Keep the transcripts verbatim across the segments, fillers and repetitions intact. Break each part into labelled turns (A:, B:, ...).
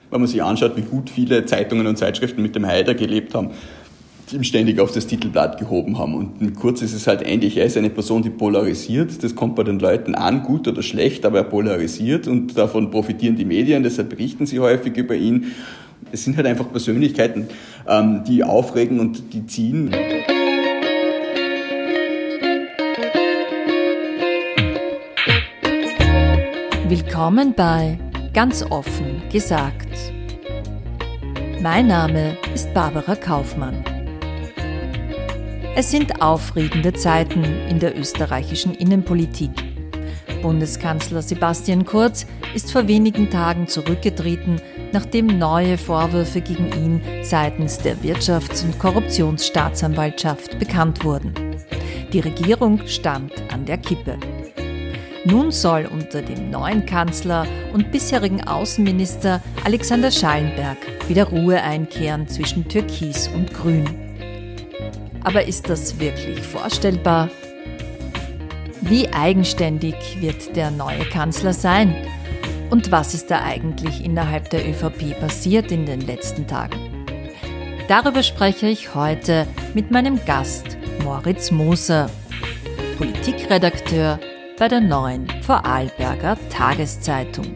A: wenn man sich anschaut, wie gut viele Zeitungen und Zeitschriften mit dem Haider gelebt haben, die ihm ständig auf das Titelblatt gehoben haben. Und kurz ist es halt ähnlich, er ist eine Person, die polarisiert. Das kommt bei den Leuten an, gut oder schlecht, aber er polarisiert und davon profitieren die Medien, deshalb berichten sie häufig über ihn. Es sind halt einfach Persönlichkeiten, die aufregen und die ziehen.
B: Willkommen bei Ganz offen gesagt. Mein Name ist Barbara Kaufmann. Es sind aufregende Zeiten in der österreichischen Innenpolitik. Bundeskanzler Sebastian Kurz ist vor wenigen Tagen zurückgetreten, nachdem neue Vorwürfe gegen ihn seitens der Wirtschafts- und Korruptionsstaatsanwaltschaft bekannt wurden. Die Regierung stand an der Kippe. Nun soll unter dem neuen Kanzler und bisherigen Außenminister Alexander Schallenberg wieder Ruhe einkehren zwischen Türkis und Grün. Aber ist das wirklich vorstellbar? Wie eigenständig wird der neue Kanzler sein? Und was ist da eigentlich innerhalb der ÖVP passiert in den letzten Tagen? Darüber spreche ich heute mit meinem Gast Moritz Moser, Politikredakteur bei der Neuen Vorarlberger Tageszeitung.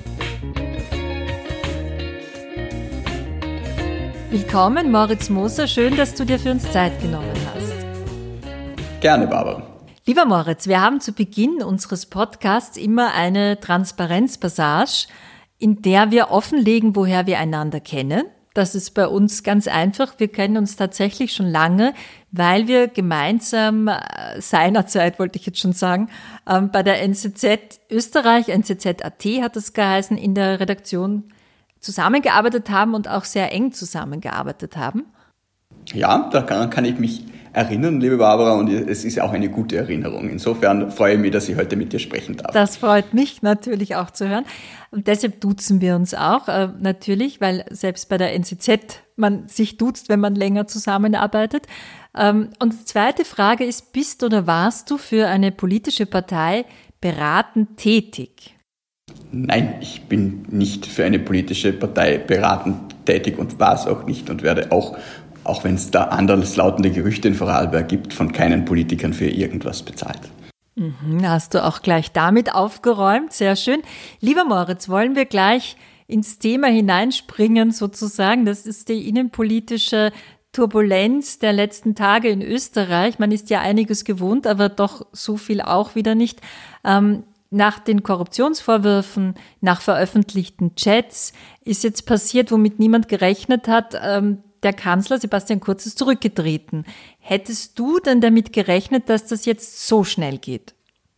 B: Willkommen, Moritz Moser. Schön, dass du dir für uns Zeit genommen hast.
A: Gerne, Barbara.
B: Lieber Moritz, wir haben zu Beginn unseres Podcasts immer eine Transparenzpassage, in der wir offenlegen, woher wir einander kennen. Das ist bei uns ganz einfach. Wir kennen uns tatsächlich schon lange, weil wir gemeinsam seinerzeit, wollte ich jetzt schon sagen, bei der N Z Z Österreich, N Z Z Punkt A T hat es geheißen, in der Redaktion zusammengearbeitet haben und auch sehr eng zusammengearbeitet haben.
A: Ja, daran kann ich mich erinnern, liebe Barbara, und es ist auch eine gute Erinnerung. Insofern freue ich mich, dass ich heute mit dir sprechen darf.
B: Das freut mich natürlich auch zu hören. Und deshalb duzen wir uns auch, äh, natürlich, weil selbst bei der N Z Z man sich duzt, wenn man länger zusammenarbeitet. Ähm, und die zweite Frage ist, bist oder warst du für eine politische Partei beratend tätig?
A: Nein, ich bin nicht für eine politische Partei beratend tätig und war es auch nicht und werde auch, auch wenn es da anderslautende Gerüchte in Vorarlberg gibt, von keinen Politikern für irgendwas bezahlt.
B: Mhm, hast du auch gleich damit aufgeräumt, sehr schön. Lieber Moritz, wollen wir gleich ins Thema hineinspringen sozusagen, das ist die innenpolitische Turbulenz der letzten Tage in Österreich. Man ist ja einiges gewohnt, aber doch so viel auch wieder nicht. Ähm, Nach den Korruptionsvorwürfen, nach veröffentlichten Chats ist jetzt passiert, womit niemand gerechnet hat. Der Kanzler Sebastian Kurz ist zurückgetreten. Hättest du denn damit gerechnet, dass das jetzt so schnell geht?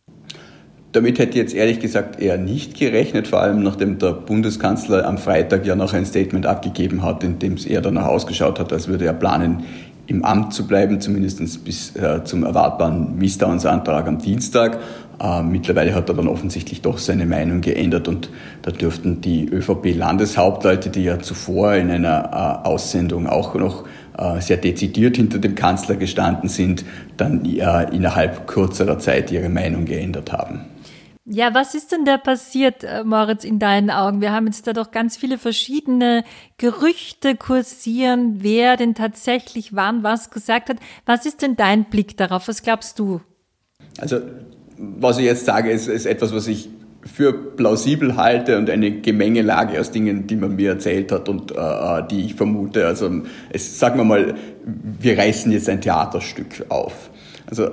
A: Damit hätte ich jetzt ehrlich gesagt eher nicht gerechnet, vor allem nachdem der Bundeskanzler am Freitag ja noch ein Statement abgegeben hat, in dem es eher danach ausgeschaut hat, als würde er planen, im Amt zu bleiben, zumindest bis äh, zum erwartbaren Misstrauensantrag am Dienstag. Äh, mittlerweile hat er dann offensichtlich doch seine Meinung geändert und da dürften die ÖVP-Landeshauptleute, die ja zuvor in einer äh, Aussendung auch noch äh, sehr dezidiert hinter dem Kanzler gestanden sind, dann äh, innerhalb kürzerer Zeit ihre Meinung geändert haben.
B: Ja, was ist denn da passiert, Moritz, in deinen Augen? Wir haben jetzt da doch ganz viele verschiedene Gerüchte kursieren, wer denn tatsächlich wann was gesagt hat. Was ist denn dein Blick darauf? Was glaubst du?
A: Also, was ich jetzt sage, ist, ist etwas, was ich für plausibel halte und eine Gemengelage aus Dingen, die man mir erzählt hat und äh, die ich vermute. Also, es, sagen wir mal, wir reißen jetzt ein Theaterstück auf. Also,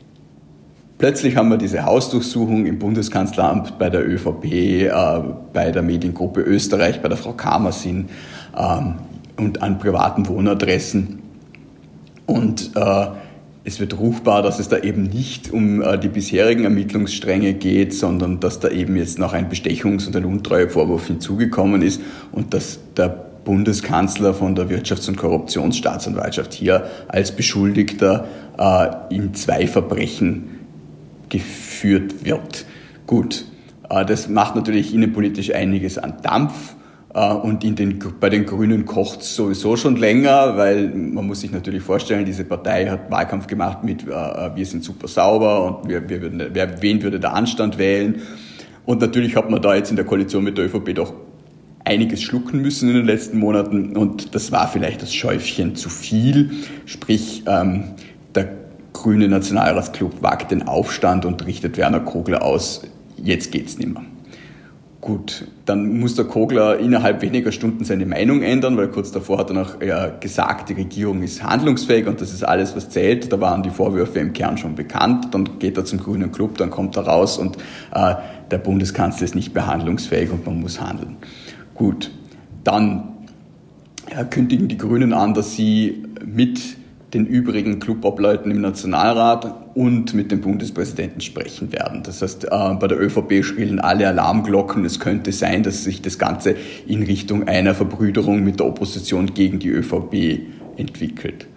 A: plötzlich haben wir diese Hausdurchsuchung im Bundeskanzleramt bei der ÖVP, äh, bei der Mediengruppe Österreich, bei der Frau Kamersin ähm, und an privaten Wohnadressen. Und äh, es wird ruchbar, dass es da eben nicht um äh, die bisherigen Ermittlungsstränge geht, sondern dass da eben jetzt noch ein Bestechungs- und ein Untreuevorwurf hinzugekommen ist und dass der Bundeskanzler von der Wirtschafts- und Korruptionsstaatsanwaltschaft hier als Beschuldigter äh, in zwei Verbrechen geführt wird. Gut, das macht natürlich innenpolitisch einiges an Dampf und in den, bei den Grünen kocht es sowieso schon länger, weil man muss sich natürlich vorstellen, diese Partei hat Wahlkampf gemacht mit wir sind super sauber und wir, wir würden, wer, wen würde der Anstand wählen? Und natürlich hat man da jetzt in der Koalition mit der ÖVP doch einiges schlucken müssen in den letzten Monaten und das war vielleicht das Schäufchen zu viel. Sprich, ähm, der grüne Nationalratsclub wagt den Aufstand und richtet Werner Kogler aus, jetzt geht's nicht mehr. Gut, dann muss der Kogler innerhalb weniger Stunden seine Meinung ändern, weil kurz davor hat er noch äh, gesagt, die Regierung ist handlungsfähig und das ist alles, was zählt. Da waren die Vorwürfe im Kern schon bekannt. Dann geht er zum grünen Club, dann kommt er raus und äh, der Bundeskanzler ist nicht mehr handlungsfähig und man muss handeln. Gut, dann äh, kündigen die Grünen an, dass sie mit den übrigen Clubobleuten im Nationalrat und mit dem Bundespräsidenten sprechen werden. Das heißt, bei der ÖVP schrillen alle Alarmglocken. Es könnte sein, dass sich das Ganze in Richtung einer Verbrüderung mit der Opposition gegen die ÖVP entwickelt.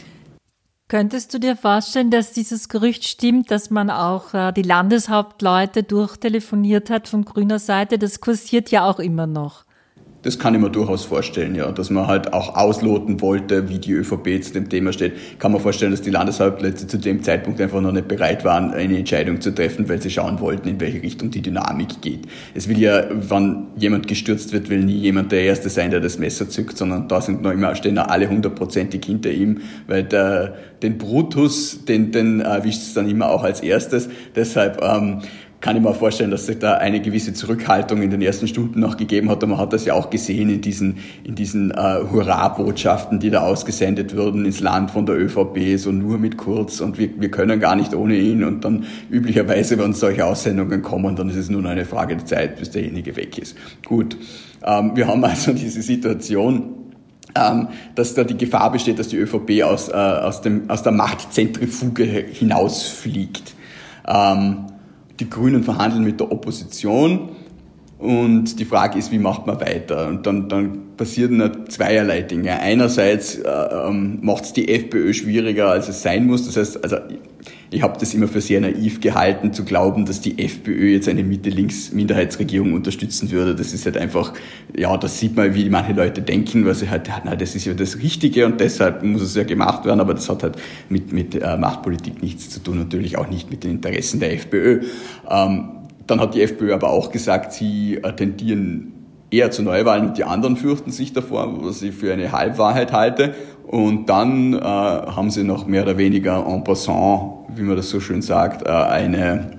B: Könntest du dir vorstellen, dass dieses Gerücht stimmt, dass man auch die Landeshauptleute durchtelefoniert hat von grüner Seite? Das kursiert ja auch immer noch.
A: Das kann ich mir durchaus vorstellen, ja, dass man halt auch ausloten wollte, wie die ÖVP zu dem Thema steht. Kann man vorstellen, dass die Landeshauptleute zu dem Zeitpunkt einfach noch nicht bereit waren, eine Entscheidung zu treffen, weil sie schauen wollten, in welche Richtung die Dynamik geht. Es will ja, wenn jemand gestürzt wird, will nie jemand der Erste sein, der das Messer zückt, sondern da sind noch immer, stehen noch alle hundertprozentig hinter ihm, weil der, den Brutus, den, den erwischt es dann immer auch als erstes. Deshalb, ähm, kann ich mir vorstellen, dass sich da eine gewisse Zurückhaltung in den ersten Stunden noch gegeben hat. Und man hat das ja auch gesehen in diesen, in diesen äh, Hurra-Botschaften, die da ausgesendet wurden ins Land von der ÖVP, so nur mit Kurz und wir, wir können gar nicht ohne ihn. Und dann üblicherweise, wenn solche Aussendungen kommen, dann ist es nur noch eine Frage der Zeit, bis derjenige weg ist. Gut, ähm, wir haben also diese Situation, ähm, dass da die Gefahr besteht, dass die ÖVP aus, äh, aus, dem, aus der Machtzentrifuge hinausfliegt. Ähm, Die Grünen verhandeln mit der Opposition und die Frage ist, wie macht man weiter? Und dann, dann passieren zweierlei Dinge. Einerseits äh, ähm, macht es die FPÖ schwieriger, als es sein muss. Das heißt, also ich habe das immer für sehr naiv gehalten, zu glauben, dass die FPÖ jetzt eine Mitte-Links-Minderheitsregierung unterstützen würde. Das ist halt einfach, ja, das sieht man, wie manche Leute denken, weil sie halt, na, das ist ja das Richtige und deshalb muss es ja gemacht werden, aber das hat halt mit, mit äh, Machtpolitik nichts zu tun, natürlich auch nicht mit den Interessen der FPÖ. Ähm, dann hat die FPÖ aber auch gesagt, sie äh, tendieren eher zu Neuwahlen und die anderen fürchten sich davor, was ich für eine Halbwahrheit halte. Und dann äh, haben sie noch mehr oder weniger en passant, wie man das so schön sagt, äh, eine,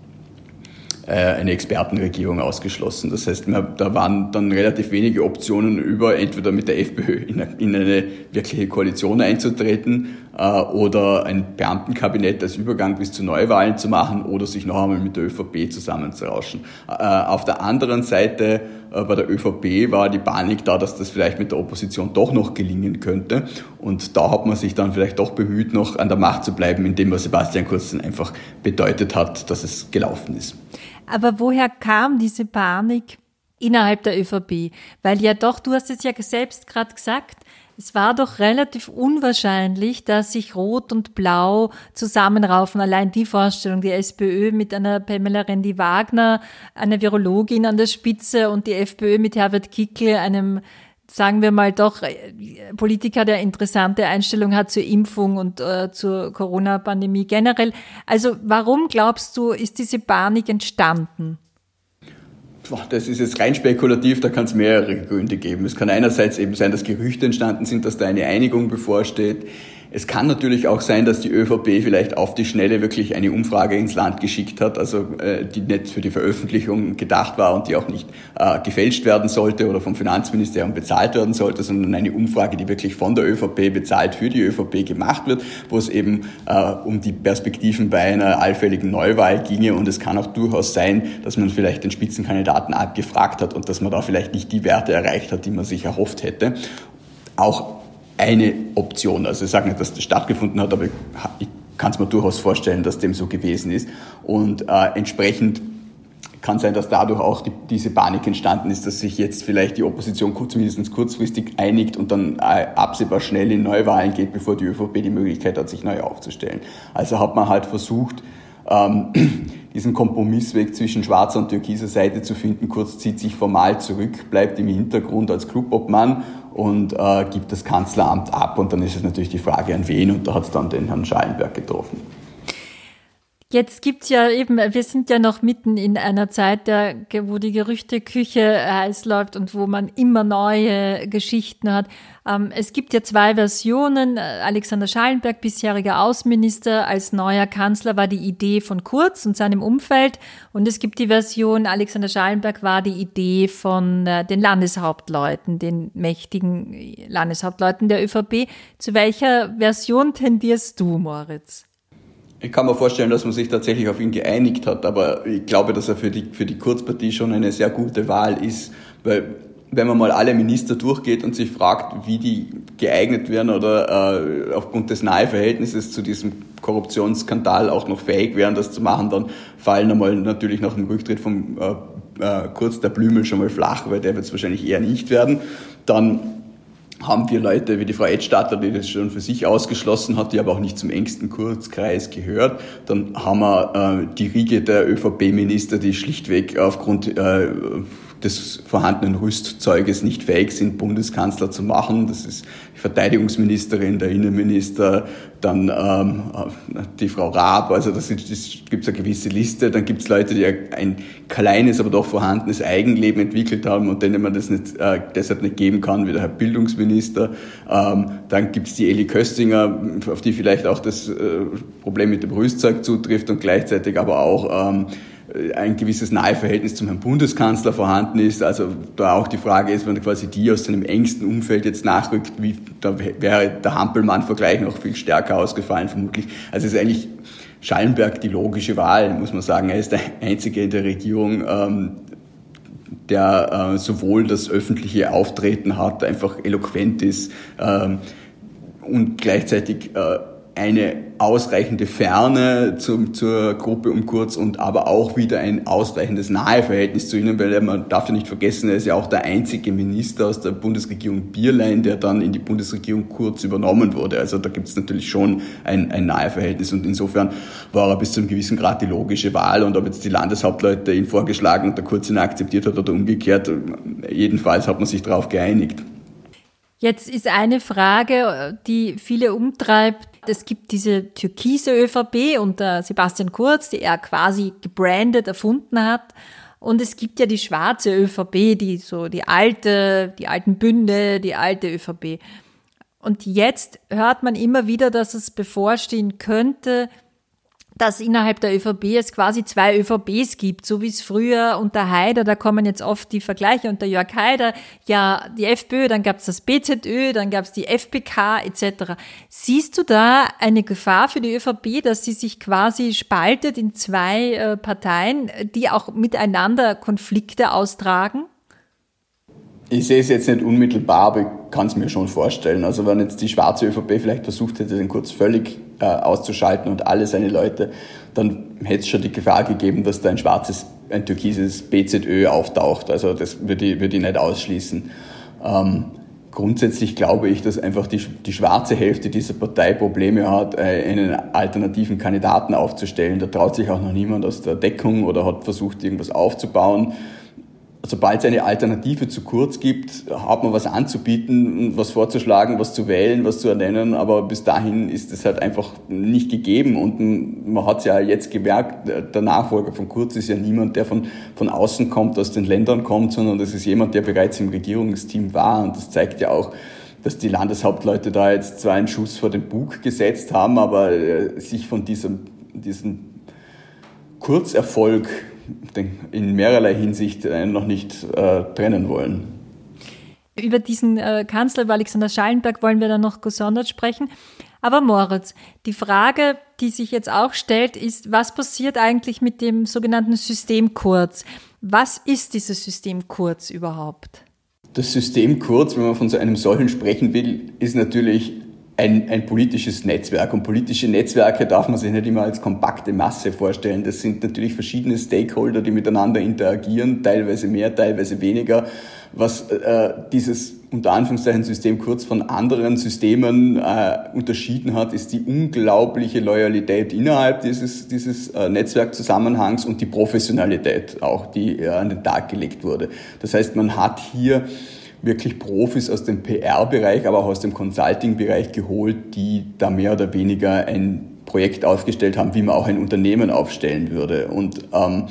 A: äh, eine Expertenregierung ausgeschlossen. Das heißt, da waren dann relativ wenige Optionen über, entweder mit der FPÖ in eine, in eine wirkliche Koalition einzutreten äh, oder ein Beamtenkabinett als Übergang bis zu Neuwahlen zu machen oder sich noch einmal mit der ÖVP zusammenzurauschen. Äh, auf der anderen Seite bei der ÖVP war die Panik da, dass das vielleicht mit der Opposition doch noch gelingen könnte. Und da hat man sich dann vielleicht doch bemüht, noch an der Macht zu bleiben, indem was Sebastian Kurz dann einfach bedeutet hat, dass es gelaufen ist.
B: Aber woher kam diese Panik innerhalb der ÖVP? Weil ja doch, du hast es ja selbst gerade gesagt, es war doch relativ unwahrscheinlich, dass sich Rot und Blau zusammenraufen. Allein die Vorstellung, die SPÖ mit einer Pamela Rendi-Wagner, einer Virologin an der Spitze und die FPÖ mit Herbert Kickl, einem, sagen wir mal doch, Politiker, der interessante Einstellung hat zur Impfung und äh, zur Corona-Pandemie generell. Also warum glaubst du, ist diese Panik entstanden?
A: Das ist jetzt rein spekulativ, da kann es mehrere Gründe geben. Es kann einerseits eben sein, dass Gerüchte entstanden sind, dass da eine Einigung bevorsteht. Es kann natürlich auch sein, dass die ÖVP vielleicht auf die Schnelle wirklich eine Umfrage ins Land geschickt hat, also äh, die nicht für die Veröffentlichung gedacht war und die auch nicht äh, gefälscht werden sollte oder vom Finanzministerium bezahlt werden sollte, sondern eine Umfrage, die wirklich von der ÖVP bezahlt für die ÖVP gemacht wird, wo es eben äh, um die Perspektiven bei einer allfälligen Neuwahl ginge. Und es kann auch durchaus sein, dass man vielleicht den Spitzenkandidaten abgefragt hat und dass man da vielleicht nicht die Werte erreicht hat, die man sich erhofft hätte. Auch eine Option. Also ich sage nicht, dass das stattgefunden hat, aber ich, ich kann es mir durchaus vorstellen, dass dem so gewesen ist. Und äh, entsprechend kann sein, dass dadurch auch die, diese Panik entstanden ist, dass sich jetzt vielleicht die Opposition kurz, zumindest kurzfristig einigt und dann äh, absehbar schnell in Neuwahlen geht, bevor die ÖVP die Möglichkeit hat, sich neu aufzustellen. Also hat man halt versucht, ähm, diesen Kompromissweg zwischen schwarzer und türkiser Seite zu finden. Kurz zieht sich formal zurück, bleibt im Hintergrund als Clubobmann und äh, gibt das Kanzleramt ab. Und dann ist es natürlich die Frage, an wen. Und da hat es dann den Herrn Schallenberg getroffen.
B: Jetzt gibt's ja eben, wir sind ja noch mitten in einer Zeit, der, wo die Gerüchteküche heiß läuft und wo man immer neue Geschichten hat. Ähm, es gibt ja zwei Versionen. Alexander Schallenberg, bisheriger Außenminister, als neuer Kanzler war die Idee von Kurz und seinem Umfeld. Und es gibt die Version, Alexander Schallenberg war die Idee von äh, den Landeshauptleuten, den mächtigen Landeshauptleuten der ÖVP. Zu welcher Version tendierst du, Moritz?
A: Ich kann mir vorstellen, dass man sich tatsächlich auf ihn geeinigt hat, aber ich glaube, dass er für die, für die Kurzpartie schon eine sehr gute Wahl ist, weil wenn man mal alle Minister durchgeht und sich fragt, wie die geeignet werden oder äh, aufgrund des Naheverhältnisses zu diesem Korruptionsskandal auch noch fähig wären, das zu machen, dann fallen einmal natürlich nach dem Rücktritt vom äh, äh, Kurz der Blümel schon mal flach, weil der wird es wahrscheinlich eher nicht werden. Dann haben wir Leute wie die Frau Edstadler, die das schon für sich ausgeschlossen hat, die aber auch nicht zum engsten Kurzkreis gehört. Dann haben wir äh, die Riege der ÖVP-Minister, die schlichtweg aufgrund äh, des vorhandenen Rüstzeuges nicht fähig sind, Bundeskanzler zu machen. Das ist die Verteidigungsministerin, der Innenminister, dann ähm, die Frau Raab. Also das, das gibt es eine gewisse Liste. Dann gibt es Leute, die ein kleines, aber doch vorhandenes Eigenleben entwickelt haben und denen man das nicht, äh, deshalb nicht geben kann, wie der Herr Bildungsminister. Ähm, dann gibt es die Eli Köstinger, auf die vielleicht auch das äh, Problem mit dem Rüstzeug zutrifft und gleichzeitig aber auch ähm, ein gewisses Naheverhältnis zum Herrn Bundeskanzler vorhanden ist. Also da auch die Frage ist, wenn quasi die aus seinem engsten Umfeld jetzt nachrückt, wie, da wäre der Hampelmann-Vergleich noch viel stärker ausgefallen vermutlich. Also es ist eigentlich Schallenberg die logische Wahl, muss man sagen. Er ist der Einzige in der Regierung, ähm, der äh, sowohl das öffentliche Auftreten hat, einfach eloquent ist ähm, und gleichzeitig äh, eine ausreichende Ferne zum, zur Gruppe um Kurz und aber auch wieder ein ausreichendes Naheverhältnis zu ihnen, weil man darf ja nicht vergessen, er ist ja auch der einzige Minister aus der Bundesregierung Bierlein, der dann in die Bundesregierung Kurz übernommen wurde. Also da gibt es natürlich schon ein, ein Naheverhältnis und insofern war er bis zu einem gewissen Grad die logische Wahl und ob jetzt die Landeshauptleute ihn vorgeschlagen und der Kurz ihn akzeptiert hat oder umgekehrt, jedenfalls hat man sich darauf geeinigt.
B: Jetzt ist eine Frage, die viele umtreibt. Es gibt diese türkise ÖVP unter Sebastian Kurz, die er quasi gebrandet erfunden hat. Und es gibt ja die schwarze ÖVP, die so die alte, die alten Bünde, die alte ÖVP. Und jetzt hört man immer wieder, dass es bevorstehen könnte, dass innerhalb der ÖVP es quasi zwei ÖVPs gibt, so wie es früher unter Haider, da kommen jetzt oft die Vergleiche unter Jörg Haider, ja die FPÖ, dann gab es das B Z Ö, dann gab es die F P K et cetera. Siehst du da eine Gefahr für die ÖVP, dass sie sich quasi spaltet in zwei äh, Parteien, die auch miteinander Konflikte austragen?
A: Ich sehe es jetzt nicht unmittelbar, aber ich kann es mir schon vorstellen. Also wenn jetzt die schwarze ÖVP vielleicht versucht hätte, den Kurz völlig äh, auszuschalten und alle seine Leute, dann hätte es schon die Gefahr gegeben, dass da ein schwarzes, ein türkises B Z Ö auftaucht. Also das würde ich, würde ich nicht ausschließen. Ähm, grundsätzlich glaube ich, dass einfach die, die schwarze Hälfte dieser Partei Probleme hat, einen alternativen Kandidaten aufzustellen. Da traut sich auch noch niemand aus der Deckung oder hat versucht, irgendwas aufzubauen. Sobald es eine Alternative zu Kurz gibt, hat man was anzubieten, was vorzuschlagen, was zu wählen, was zu ernennen, aber bis dahin ist es halt einfach nicht gegeben und man hat es ja jetzt gemerkt, der Nachfolger von Kurz ist ja niemand, der von, von außen kommt, aus den Ländern kommt, sondern das ist jemand, der bereits im Regierungsteam war und das zeigt ja auch, dass die Landeshauptleute da jetzt zwar einen Schuss vor den Bug gesetzt haben, aber sich von diesem, diesem Kurzerfolg in mehrerlei Hinsicht noch nicht äh, trennen wollen.
B: Über diesen äh, Kanzler, über Alexander Schallenberg, wollen wir dann noch gesondert sprechen. Aber Moritz, die Frage, die sich jetzt auch stellt, ist, was passiert eigentlich mit dem sogenannten System Kurz? Was ist dieses System Kurz überhaupt?
A: Das System Kurz, wenn man von so einem solchen sprechen will, ist natürlich Ein, ein politisches Netzwerk. Und politische Netzwerke darf man sich nicht immer als kompakte Masse vorstellen. Das sind natürlich verschiedene Stakeholder, die miteinander interagieren, teilweise mehr, teilweise weniger. Was äh, dieses unter Anführungszeichen System Kurz von anderen Systemen äh, unterschieden hat, ist die unglaubliche Loyalität innerhalb dieses, dieses äh, Netzwerkzusammenhangs und die Professionalität auch, die äh, an den Tag gelegt wurde. Das heißt, man hat hier wirklich Profis aus dem P R-Bereich, aber auch aus dem Consulting-Bereich geholt, die da mehr oder weniger ein Projekt aufgestellt haben, wie man auch ein Unternehmen aufstellen würde. Und ähm,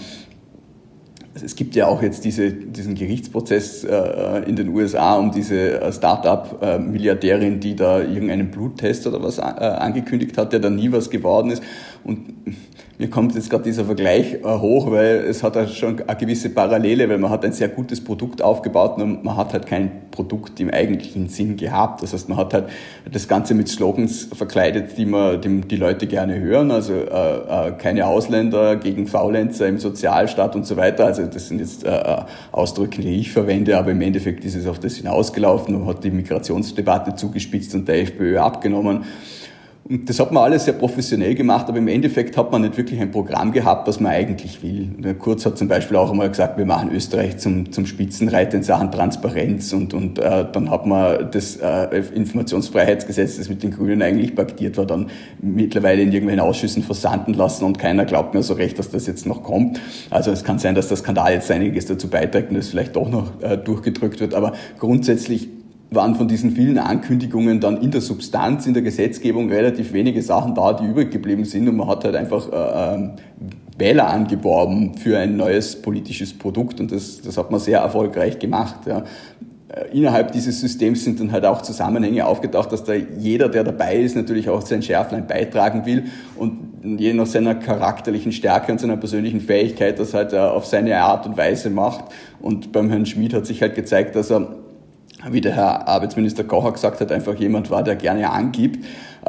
A: es gibt ja auch jetzt diese, diesen Gerichtsprozess äh, in den U S A um diese äh, Start-up-Milliardärin, die da irgendeinen Bluttest oder was äh, angekündigt hat, der dann nie was geworden ist. Und mir kommt jetzt gerade dieser Vergleich äh, hoch, weil es hat ja schon eine gewisse Parallele, weil man hat ein sehr gutes Produkt aufgebaut und man hat halt kein Produkt im eigentlichen Sinn gehabt. Das heißt, man hat halt das Ganze mit Slogans verkleidet, die man, die, die Leute gerne hören, also äh, äh, keine Ausländer gegen Faulenzer im Sozialstaat und so weiter. Also das sind jetzt äh, Ausdrücke, die ich verwende, aber im Endeffekt ist es auf das hinausgelaufen und hat die Migrationsdebatte zugespitzt und der FPÖ abgenommen. Und das hat man alles sehr professionell gemacht, aber im Endeffekt hat man nicht wirklich ein Programm gehabt, was man eigentlich will. Der Kurz hat zum Beispiel auch einmal gesagt, wir machen Österreich zum, zum Spitzenreiter in Sachen Transparenz und, und äh, dann hat man das äh, Informationsfreiheitsgesetz, das mit den Grünen eigentlich paktiert war, dann mittlerweile in irgendwelchen Ausschüssen versanden lassen und keiner glaubt mehr so recht, dass das jetzt noch kommt. Also es kann sein, dass der Skandal jetzt einiges dazu beiträgt und es vielleicht doch noch äh, durchgedrückt wird, aber grundsätzlich waren von diesen vielen Ankündigungen dann in der Substanz, in der Gesetzgebung relativ wenige Sachen da, die übrig geblieben sind und man hat halt einfach äh, Wähler angeworben für ein neues politisches Produkt und das, das hat man sehr erfolgreich gemacht. Ja. Innerhalb dieses Systems sind dann halt auch Zusammenhänge aufgetaucht, dass da jeder, der dabei ist, natürlich auch sein Schärflein beitragen will und je nach seiner charakterlichen Stärke und seiner persönlichen Fähigkeit das halt auf seine Art und Weise macht. Und beim Herrn Schmid hat sich halt gezeigt, dass er, wie der Herr Arbeitsminister Kocher gesagt hat, einfach jemand war, der gerne angibt.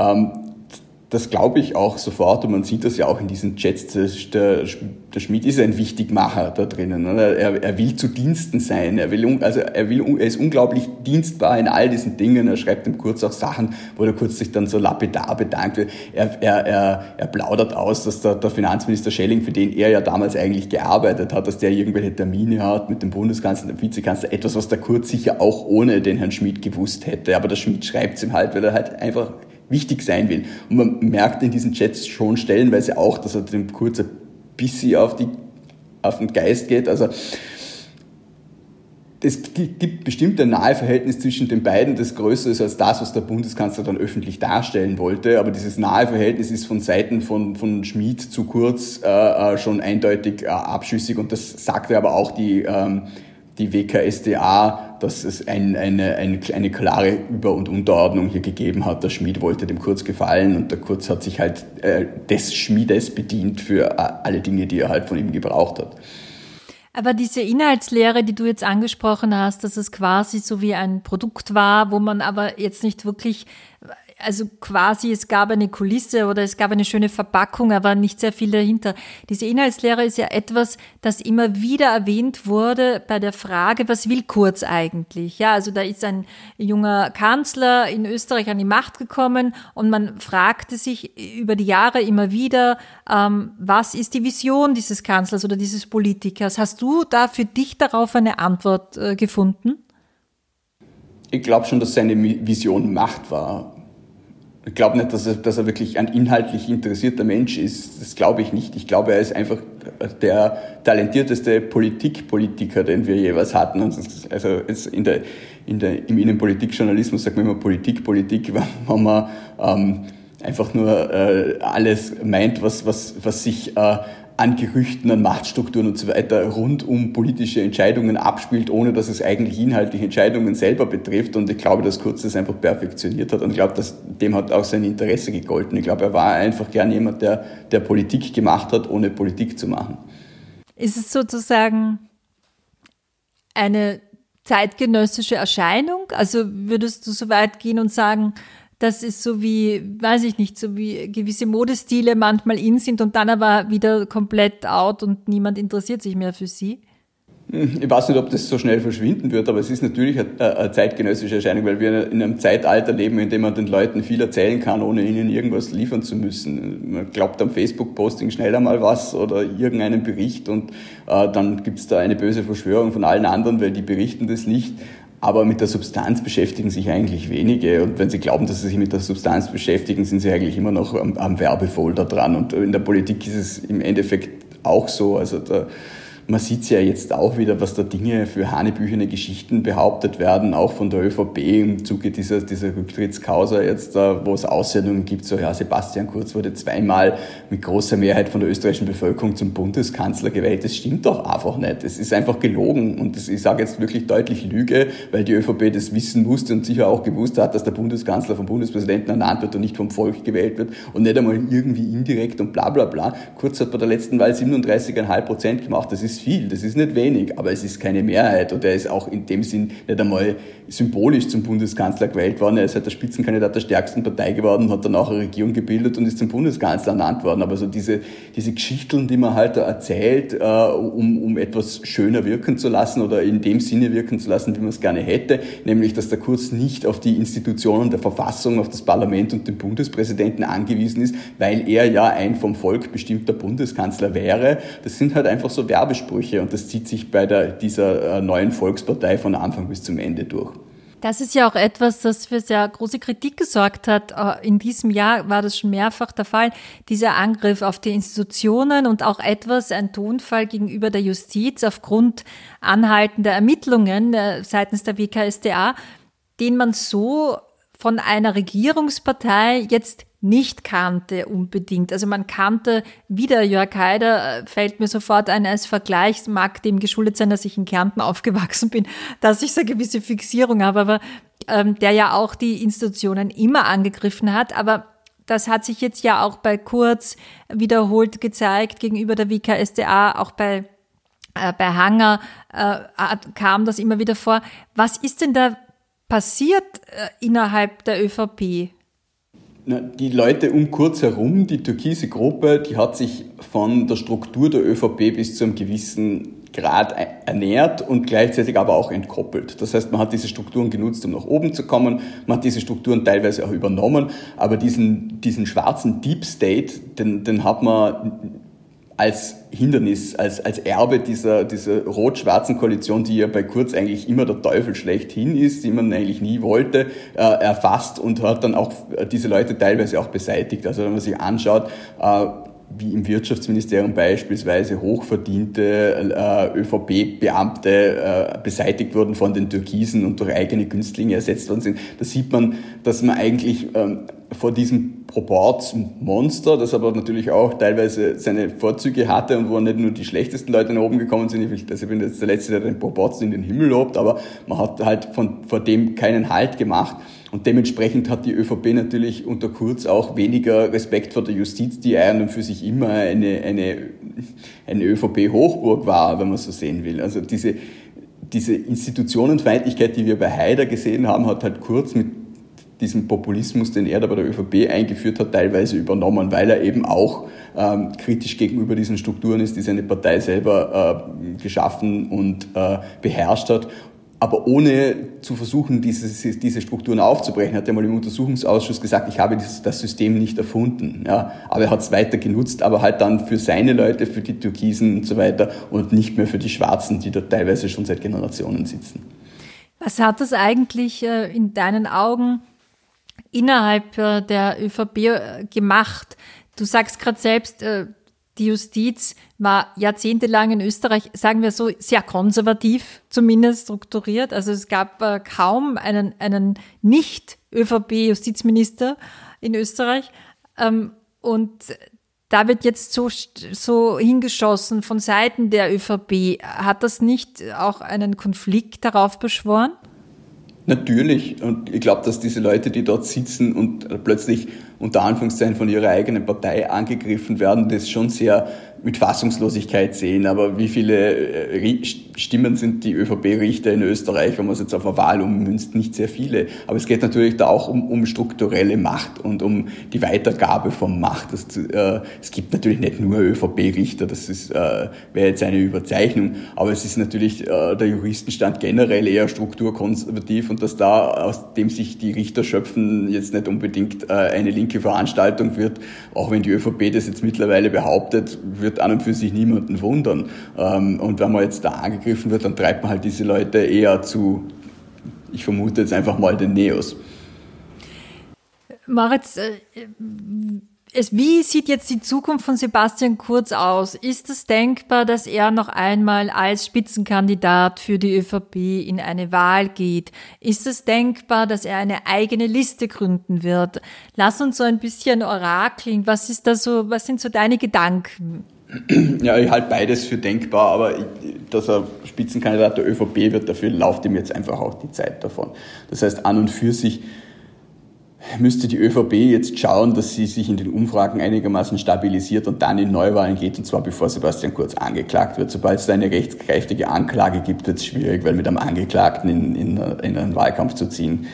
A: Das glaube ich auch sofort und man sieht das ja auch in diesen Chats. Der, der Schmid ist ein Wichtigmacher da drinnen. Er, er will zu Diensten sein. Er will, also er will, er ist unglaublich dienstbar in all diesen Dingen. Er schreibt ihm Kurz auch Sachen, wo er Kurz sich dann so lapidar bedankt wird. Er, er, er, er plaudert aus, dass der, der Finanzminister Schelling, für den er ja damals eigentlich gearbeitet hat, dass der irgendwelche Termine hat mit dem Bundeskanzler, dem Vizekanzler. Etwas, was der Kurz sicher auch ohne den Herrn Schmid gewusst hätte. Aber der Schmid schreibt es ihm halt, weil er halt einfach wichtig sein will. Und man merkt in diesen Chats schon stellenweise auch, dass er dem Kurz ein bisschen auf, die, auf den Geist geht. Also es gibt bestimmt ein Naheverhältnis zwischen den beiden, das größer ist als das, was der Bundeskanzler dann öffentlich darstellen wollte. Aber dieses Naheverhältnis ist von Seiten von, von Schmid zu Kurz äh, schon eindeutig äh, abschüssig. Und das sagte aber auch die, ähm, die W K S d A, dass es ein, eine, eine, eine klare Über- und Unterordnung hier gegeben hat. Der Schmid wollte dem Kurz gefallen und der Kurz hat sich halt äh, des Schmiedes bedient für äh, alle Dinge, die er halt von ihm gebraucht hat.
B: Aber diese Inhaltslehre, die du jetzt angesprochen hast, dass es quasi so wie ein Produkt war, wo man aber jetzt nicht wirklich, also quasi es gab eine Kulisse oder es gab eine schöne Verpackung, aber nicht sehr viel dahinter. Diese Inhaltslehre ist ja etwas, das immer wieder erwähnt wurde bei der Frage, was will Kurz eigentlich? Ja, also da ist ein junger Kanzler in Österreich an die Macht gekommen und man fragte sich über die Jahre immer wieder, ähm, was ist die Vision dieses Kanzlers oder dieses Politikers? Hast du da für dich darauf eine Antwort äh, gefunden?
A: Ich glaube schon, dass seine Vision Macht war. Ich glaube nicht, dass er, dass er wirklich ein inhaltlich interessierter Mensch ist. Das glaube ich nicht. Ich glaube, er ist einfach der talentierteste Politikpolitiker, den wir jeweils hatten. Und also jetzt in der, in der, im Innenpolitikjournalismus sagt man immer Politik, Politik, wenn man ähm, einfach nur äh, alles meint, was, was, was sich äh, an Gerüchten, an Machtstrukturen und so weiter rund um politische Entscheidungen abspielt, ohne dass es eigentlich inhaltliche Entscheidungen selber betrifft. Und ich glaube, dass Kurz das einfach perfektioniert hat und ich glaube, dass dem hat auch sein Interesse gegolten. Ich glaube, er war einfach gern jemand, der, der Politik gemacht hat, ohne Politik zu machen.
B: Ist es sozusagen eine zeitgenössische Erscheinung? Also würdest du so weit gehen und sagen, das ist so wie, weiß ich nicht, so wie gewisse Modestile manchmal in sind und dann aber wieder komplett out und niemand interessiert sich mehr für sie?
A: Ich weiß nicht, ob das so schnell verschwinden wird, aber es ist natürlich eine, eine zeitgenössische Erscheinung, weil wir in einem Zeitalter leben, in dem man den Leuten viel erzählen kann, ohne ihnen irgendwas liefern zu müssen. Man glaubt am Facebook-Posting schnell einmal was oder irgendeinen Bericht und äh, dann gibt es da eine böse Verschwörung von allen anderen, weil die berichten das nicht. Aber mit der Substanz beschäftigen sich eigentlich wenige. Und wenn sie glauben, dass sie sich mit der Substanz beschäftigen, sind sie eigentlich immer noch am, am Werbefolder dran. Und in der Politik ist es im Endeffekt auch so. Also da, man sieht ja jetzt auch wieder, was da Dinge für hanebüchene Geschichten behauptet werden, auch von der ÖVP im Zuge dieser, dieser Rücktrittskausa jetzt, wo es Aussendungen gibt, so ja, Sebastian Kurz wurde zweimal mit großer Mehrheit von der österreichischen Bevölkerung zum Bundeskanzler gewählt. Das stimmt doch einfach nicht. Es ist einfach gelogen und das, ich sage jetzt wirklich deutlich Lüge, weil die ÖVP das wissen musste und sicher auch gewusst hat, dass der Bundeskanzler vom Bundespräsidenten ernannt wird und nicht vom Volk gewählt wird und nicht einmal irgendwie indirekt und bla bla bla. Kurz hat bei der letzten Wahl siebenunddreißig Komma fünf Prozent gemacht. Das ist viel, das ist nicht wenig, aber es ist keine Mehrheit und er ist auch in dem Sinn nicht einmal symbolisch zum Bundeskanzler gewählt worden. Er ist halt der Spitzenkandidat der stärksten Partei geworden, hat dann auch eine Regierung gebildet und ist zum Bundeskanzler ernannt worden. Aber so diese, diese Geschichten, die man halt da erzählt, äh, um, um etwas schöner wirken zu lassen oder in dem Sinne wirken zu lassen, wie man es gerne hätte, nämlich, dass der Kurz nicht auf die Institutionen der Verfassung, auf das Parlament und den Bundespräsidenten angewiesen ist, weil er ja ein vom Volk bestimmter Bundeskanzler wäre. Das sind halt einfach so Werbesprüche und das zieht sich bei der, dieser neuen Volkspartei von Anfang bis zum Ende durch.
B: Das ist ja auch etwas, das für sehr große Kritik gesorgt hat. In diesem Jahr war das schon mehrfach der Fall, dieser Angriff auf die Institutionen und auch etwas ein Tonfall gegenüber der Justiz aufgrund anhaltender Ermittlungen seitens der W K S t A, den man so von einer Regierungspartei jetzt nicht kannte unbedingt. Also man kannte wieder Jörg Haider, fällt mir sofort ein als Vergleich, mag dem geschuldet sein, dass ich in Kärnten aufgewachsen bin, dass ich so eine gewisse Fixierung habe, aber ähm, der ja auch die Institutionen immer angegriffen hat, aber das hat sich jetzt ja auch bei Kurz wiederholt gezeigt gegenüber der W K S t A, auch bei, äh, bei Hanger äh, kam das immer wieder vor. Was ist denn da passiert äh, innerhalb der ÖVP?
A: Die Leute um Kurz herum, die türkise Gruppe, die hat sich von der Struktur der ÖVP bis zu einem gewissen Grad ernährt und gleichzeitig aber auch entkoppelt. Das heißt, man hat diese Strukturen genutzt, um nach oben zu kommen, man hat diese Strukturen teilweise auch übernommen, aber diesen, diesen schwarzen Deep State, den, den hat man als Hindernis, als, als Erbe dieser, dieser rot-schwarzen Koalition, die ja bei Kurz eigentlich immer der Teufel schlechthin ist, die man eigentlich nie wollte, äh, erfasst und hat dann auch diese Leute teilweise auch beseitigt. Also wenn man sich anschaut, äh, wie im Wirtschaftsministerium beispielsweise hochverdiente äh, ÖVP-Beamte äh, beseitigt wurden von den Türkisen und durch eigene Günstlinge ersetzt worden sind, da sieht man, dass man eigentlich ähm, vor diesem Proportsmonster, das aber natürlich auch teilweise seine Vorzüge hatte und wo nicht nur die schlechtesten Leute nach oben gekommen sind, ich, also ich bin jetzt der Letzte, der den Proports in den Himmel lobt, aber man hat halt von, vor dem keinen Halt gemacht. Und dementsprechend hat die ÖVP natürlich unter Kurz auch weniger Respekt vor der Justiz, die ein und für sich immer eine, eine, eine ÖVP-Hochburg war, wenn man so sehen will. Also diese, diese Institutionenfeindlichkeit, die wir bei Haider gesehen haben, hat halt Kurz mit diesem Populismus, den er da bei der ÖVP eingeführt hat, teilweise übernommen, weil er eben auch ähm, kritisch gegenüber diesen Strukturen ist, die seine Partei selber äh, geschaffen und äh, beherrscht hat. Aber ohne zu versuchen, diese, diese Strukturen aufzubrechen, hat er mal im Untersuchungsausschuss gesagt, ich habe dieses, das System nicht erfunden. Ja, aber er hat es weiter genutzt, aber halt dann für seine Leute, für die Türkisen und so weiter und nicht mehr für die Schwarzen, die da teilweise schon seit Generationen sitzen.
B: Was hat das eigentlich äh, in deinen Augen innerhalb äh, der ÖVP äh, gemacht? Du sagst gerade selbst, äh, die Justiz war jahrzehntelang in Österreich, sagen wir so, sehr konservativ zumindest strukturiert. Also es gab äh, kaum einen, einen Nicht-ÖVP-Justizminister in Österreich. Ähm, und da wird jetzt so, so hingeschossen von Seiten der ÖVP. Hat das nicht auch einen Konflikt darauf beschworen?
A: Natürlich. Und ich glaube, dass diese Leute, die dort sitzen und plötzlich unter Anführungszeichen von ihrer eigenen Partei angegriffen werden, das schon sehr mit Fassungslosigkeit sehen. Aber wie viele Stimmen sind die ÖVP-Richter in Österreich, wenn man es jetzt auf eine Wahl ummünzt? Nicht sehr viele. Aber es geht natürlich da auch um, um strukturelle Macht und um die Weitergabe von Macht. Das, äh, es gibt natürlich nicht nur ÖVP-Richter, das ist, äh, wäre jetzt eine Überzeichnung. Aber es ist natürlich äh, der Juristenstand generell eher strukturkonservativ und dass da, aus dem sich die Richter schöpfen, jetzt nicht unbedingt äh, eine linke Veranstaltung wird, auch wenn die ÖVP das jetzt mittlerweile behauptet, wird an und für sich niemanden wundern. Und wenn man jetzt da angegriffen wird, dann treibt man halt diese Leute eher zu, ich vermute jetzt einfach mal, den Neos.
B: Moritz, es, wie sieht jetzt die Zukunft von Sebastian Kurz aus? Ist es denkbar, dass er noch einmal als Spitzenkandidat für die ÖVP in eine Wahl geht? Ist es denkbar, dass er eine eigene Liste gründen wird? Lass uns so ein bisschen orakeln. Was ist da so, was sind so deine Gedanken?
A: Ja, ich halte beides für denkbar, aber ich, dass er Spitzenkandidat der ÖVP wird, dafür läuft ihm jetzt einfach auch die Zeit davon. Das heißt, an und für sich müsste die ÖVP jetzt schauen, dass sie sich in den Umfragen einigermaßen stabilisiert und dann in Neuwahlen geht, und zwar bevor Sebastian Kurz angeklagt wird. Sobald es da eine rechtskräftige Anklage gibt, wird es schwierig, weil mit einem Angeklagten in, in, in einen Wahlkampf zu ziehen,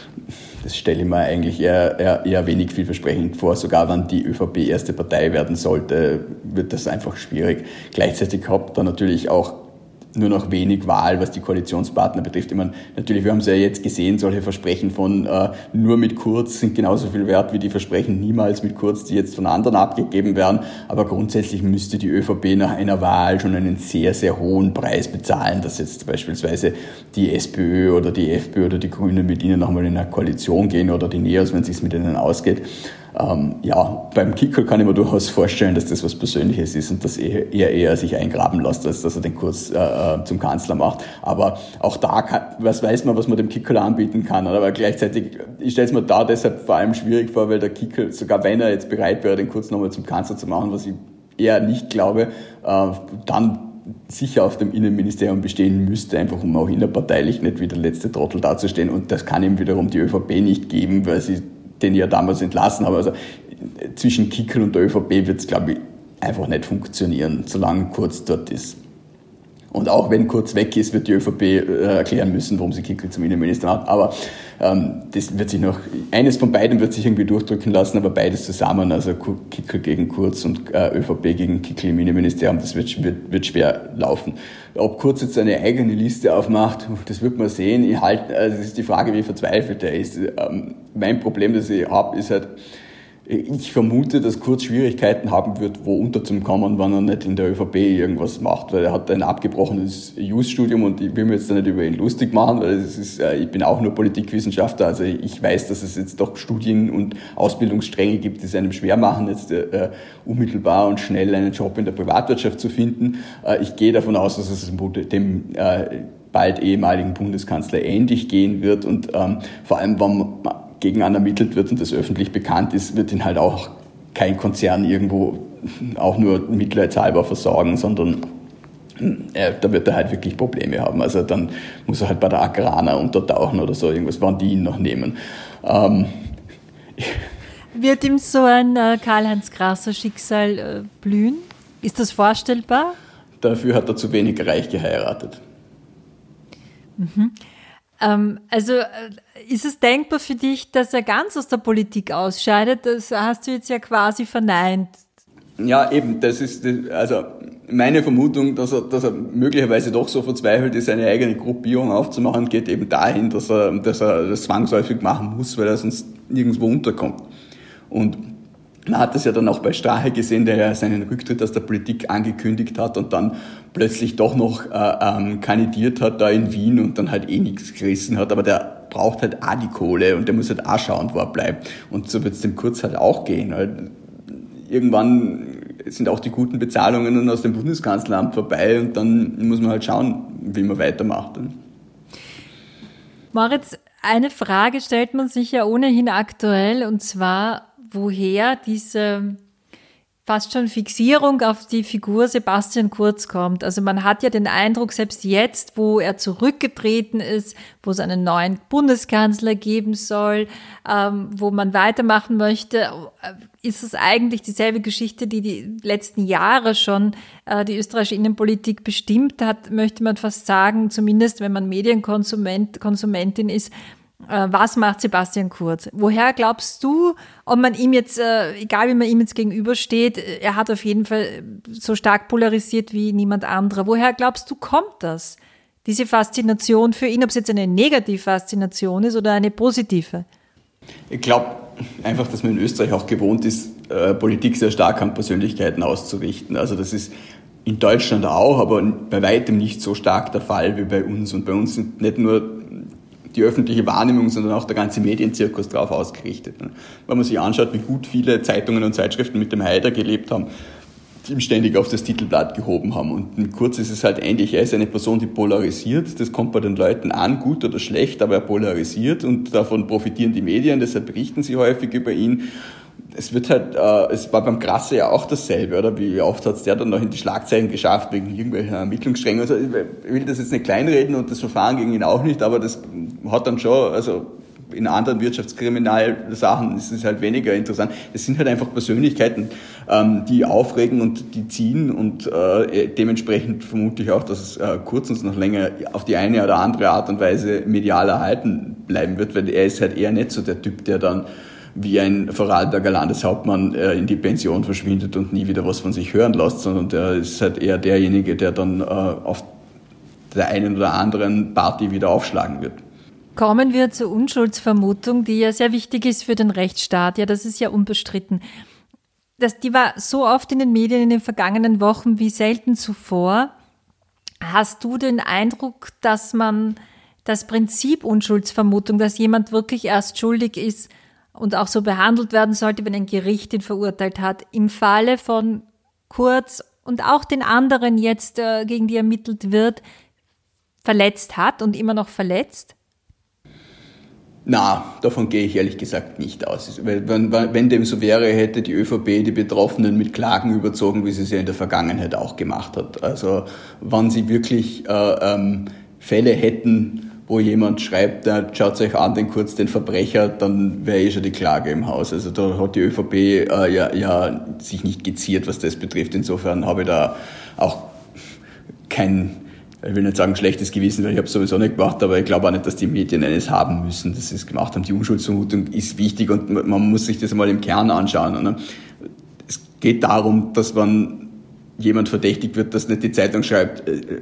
A: das stelle ich mir eigentlich eher, eher, eher wenig vielversprechend vor. Sogar wenn die ÖVP erste Partei werden sollte, wird das einfach schwierig. Gleichzeitig habt ihr natürlich auch nur noch wenig Wahl, was die Koalitionspartner betrifft. Ich meine, natürlich, wir haben es ja jetzt gesehen, solche Versprechen von äh, nur mit Kurz sind genauso viel wert wie die Versprechen niemals mit Kurz, die jetzt von anderen abgegeben werden. Aber grundsätzlich müsste die ÖVP nach einer Wahl schon einen sehr, sehr hohen Preis bezahlen, dass jetzt beispielsweise die SPÖ oder die FPÖ oder die Grünen mit ihnen nochmal in eine Koalition gehen oder die NEOS, wenn es sich mit ihnen ausgeht. Ähm, ja, beim Kickl kann ich mir durchaus vorstellen, dass das was Persönliches ist und dass er eher, eher sich eingraben lässt, als dass er den Kurz äh, zum Kanzler macht. Aber auch da kann, was weiß man, was man dem Kickl anbieten kann. Aber gleichzeitig, ich stelle es mir da deshalb vor allem schwierig vor, weil der Kickl, sogar wenn er jetzt bereit wäre, den Kurz nochmal zum Kanzler zu machen, was ich eher nicht glaube, äh, dann sicher auf dem Innenministerium bestehen müsste, einfach um auch innerparteilich nicht wie der letzte Trottel dazustehen. Und das kann ihm wiederum die ÖVP nicht geben, weil sie den ja damals entlassen haben. Also zwischen Kickl und der ÖVP wird es, glaube ich, einfach nicht funktionieren, solange Kurz dort ist. Und auch wenn Kurz weg ist, wird die ÖVP äh, erklären müssen, warum sie Kickl zum Innenminister hat. Aber ähm, das wird sich noch, eines von beiden wird sich irgendwie durchdrücken lassen, aber beides zusammen, also Kickl gegen Kurz und äh, ÖVP gegen Kickl im Innenministerium, das wird, wird, wird schwer laufen. Ob Kurz jetzt eine eigene Liste aufmacht, das wird man sehen. Ich halte, also das ist die Frage, wie verzweifelt er ist. Ähm, mein Problem, das ich habe, ist halt, ich vermute, dass Kurz Schwierigkeiten haben wird, wo unterzukommen, wenn er nicht in der ÖVP irgendwas macht, weil er hat ein abgebrochenes Jus-Studium und ich will mir jetzt da nicht über ihn lustig machen, weil es ist, ich bin auch nur Politikwissenschaftler, also ich weiß, dass es jetzt doch Studien- und Ausbildungsstränge gibt, die es einem schwer machen, jetzt äh, unmittelbar und schnell einen Job in der Privatwirtschaft zu finden. Äh, ich gehe davon aus, dass es dem äh, bald ehemaligen Bundeskanzler ähnlich gehen wird und ähm, vor allem, wenn man gegen einen ermittelt wird und das öffentlich bekannt ist, wird ihn halt auch kein Konzern irgendwo auch nur mitleidshalber versorgen, sondern äh, da wird er halt wirklich Probleme haben. Also dann muss er halt bei der Agrana untertauchen oder so irgendwas, wann die ihn noch nehmen. Ähm,
B: wird ihm so ein äh, Karl-Heinz Grasser Schicksal äh, blühen? Ist das vorstellbar?
A: Dafür hat er zu wenig reich geheiratet.
B: Mhm. Also ist es denkbar für dich, dass er ganz aus der Politik ausscheidet? Das hast du jetzt ja quasi verneint.
A: Ja, eben, das ist, also meine Vermutung, dass er, dass er möglicherweise doch so verzweifelt ist, eine eigene Gruppierung aufzumachen, geht eben dahin, dass er, dass er das zwangsläufig machen muss, weil er sonst nirgendwo unterkommt. Und man hat das ja dann auch bei Strache gesehen, der ja seinen Rücktritt aus der Politik angekündigt hat und dann plötzlich doch noch äh, ähm, kandidiert hat da in Wien und dann halt eh nichts gerissen hat. Aber der braucht halt auch die Kohle und der muss halt auch schauen, wo er bleibt. Und so wird es dem Kurz halt auch gehen. Weil irgendwann sind auch die guten Bezahlungen dann aus dem Bundeskanzleramt vorbei und dann muss man halt schauen, wie man weitermacht.
B: Moritz, eine Frage stellt man sich ja ohnehin aktuell, und zwar, woher diese fast schon Fixierung auf die Figur Sebastian Kurz kommt. Also man hat ja den Eindruck, selbst jetzt, wo er zurückgetreten ist, wo es einen neuen Bundeskanzler geben soll, ähm, wo man weitermachen möchte, ist es eigentlich dieselbe Geschichte, die die letzten Jahre schon äh, die österreichische Innenpolitik bestimmt hat, möchte man fast sagen, zumindest wenn man Medienkonsument, Konsumentin ist. Was macht Sebastian Kurz? Woher glaubst du, ob man ihm jetzt, egal wie man ihm jetzt gegenübersteht, er hat auf jeden Fall so stark polarisiert wie niemand anderer. Woher glaubst du, kommt das? Diese Faszination für ihn, ob es jetzt eine Negativfaszination ist oder eine positive?
A: Ich glaube einfach, dass man in Österreich auch gewohnt ist, Politik sehr stark an Persönlichkeiten auszurichten. Also das ist in Deutschland auch, aber bei weitem nicht so stark der Fall wie bei uns. Und bei uns sind nicht nur die öffentliche Wahrnehmung, sondern auch der ganze Medienzirkus darauf ausgerichtet. Wenn man sich anschaut, wie gut viele Zeitungen und Zeitschriften mit dem Haider gelebt haben, die ihm ständig auf das Titelblatt gehoben haben. Und kurz ist es halt ähnlich, er ist eine Person, die polarisiert, das kommt bei den Leuten an, gut oder schlecht, aber er polarisiert und davon profitieren die Medien, deshalb berichten sie häufig über ihn. Es wird halt, äh, es war beim Grasse ja auch dasselbe, oder? Wie oft hat es der dann noch in die Schlagzeilen geschafft, wegen irgendwelcher Ermittlungsstränge. Also ich will das jetzt nicht kleinreden und das Verfahren gegen ihn auch nicht, aber das hat dann schon, also in anderen Wirtschaftskriminalsachen ist es halt weniger interessant. Es sind halt einfach Persönlichkeiten, ähm, die aufregen und die ziehen und äh, dementsprechend vermute ich auch, dass es äh, kurz und noch länger auf die eine oder andere Art und Weise medial erhalten bleiben wird, weil er ist halt eher nicht so der Typ, der dann wie ein Vorarlberger Landeshauptmann äh, in die Pension verschwindet und nie wieder was von sich hören lässt, sondern der ist halt eher derjenige, der dann äh, auf der einen oder anderen Party wieder aufschlagen wird.
B: Kommen wir zur Unschuldsvermutung, die ja sehr wichtig ist für den Rechtsstaat. Ja, das ist ja unbestritten. Das, die war so oft in den Medien in den vergangenen Wochen wie selten zuvor. Hast du den Eindruck, dass man das Prinzip Unschuldsvermutung, dass jemand wirklich erst schuldig ist und auch so behandelt werden sollte, wenn ein Gericht ihn verurteilt hat, im Falle von Kurz und auch den anderen jetzt, äh, gegen die ermittelt wird, verletzt hat und immer noch verletzt?
A: Na, davon gehe ich ehrlich gesagt nicht aus. Wenn, wenn dem so wäre, hätte die ÖVP die Betroffenen mit Klagen überzogen, wie sie es ja in der Vergangenheit auch gemacht hat. Also wenn sie wirklich äh, ähm, Fälle hätten, wo jemand schreibt, na, schaut euch an, den Kurz, den Verbrecher, dann wäre eh schon die Klage im Haus. Also da hat die ÖVP äh, ja, ja sich nicht geziert, was das betrifft. Insofern habe ich da auch kein, ich will nicht sagen schlechtes Gewissen, weil ich habe es sowieso nicht gemacht, aber ich glaube auch nicht, dass die Medien eines haben müssen, dass sie es gemacht haben. Die Unschuldsvermutung ist wichtig und man muss sich das einmal im Kern anschauen. Oder? Es geht darum, dass man jemand verdächtigt wird, dass nicht die Zeitung schreibt,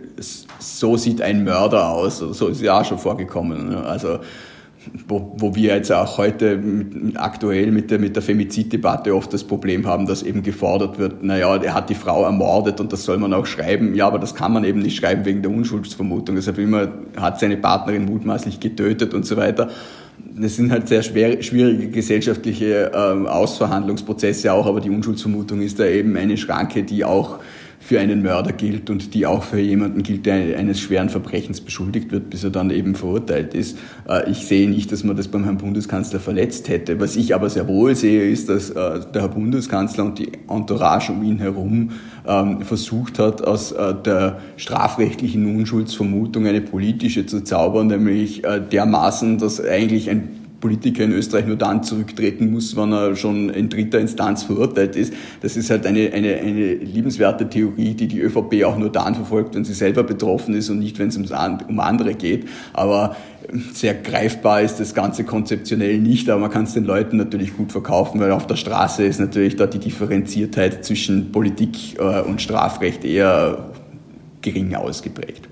A: so sieht ein Mörder aus. So ist ja auch schon vorgekommen. Also wo, wo wir jetzt auch heute mit, mit aktuell mit der, mit der Femiziddebatte oft das Problem haben, dass eben gefordert wird, naja, er hat die Frau ermordet und das soll man auch schreiben. Ja, aber das kann man eben nicht schreiben wegen der Unschuldsvermutung. Deshalb immer hat seine Partnerin mutmaßlich getötet und so weiter. Das sind halt sehr schwer, schwierige gesellschaftliche ähm, Ausverhandlungsprozesse auch, aber die Unschuldsvermutung ist da eben eine Schranke, die auch für einen Mörder gilt und die auch für jemanden gilt, der eines schweren Verbrechens beschuldigt wird, bis er dann eben verurteilt ist. Äh, ich sehe nicht, dass man das beim Herrn Bundeskanzler verletzt hätte. Was ich aber sehr wohl sehe, ist, dass äh, der Herr Bundeskanzler und die Entourage um ihn herum ähm, versucht hat, aus äh, der strafrechtlichen Unschuldsvermutung eine politische zu zaubern, nämlich äh, dermaßen, dass eigentlich ein Politiker in Österreich nur dann zurücktreten muss, wenn er schon in dritter Instanz verurteilt ist. Das ist halt eine, eine, eine liebenswerte Theorie, die die ÖVP auch nur dann verfolgt, wenn sie selber betroffen ist und nicht, wenn es um andere geht. Aber sehr greifbar ist das Ganze konzeptionell nicht, aber man kann es den Leuten natürlich gut verkaufen, weil auf der Straße ist natürlich da die Differenziertheit zwischen Politik und Strafrecht eher gering ausgeprägt.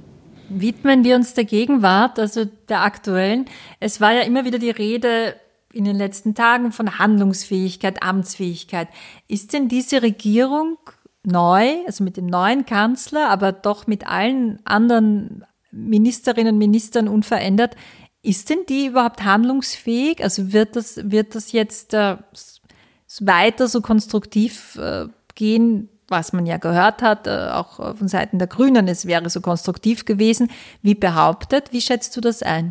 B: Widmen wir uns der Gegenwart, also der aktuellen. Es war ja immer wieder die Rede in den letzten Tagen von Handlungsfähigkeit, Amtsfähigkeit. Ist denn diese Regierung neu, also mit dem neuen Kanzler, aber doch mit allen anderen Ministerinnen und Ministern unverändert, ist denn die überhaupt handlungsfähig? Also wird das, wird das jetzt äh, weiter so konstruktiv äh, gehen, was man ja gehört hat, auch von Seiten der Grünen, es wäre so konstruktiv gewesen, wie behauptet. Wie schätzt du das ein?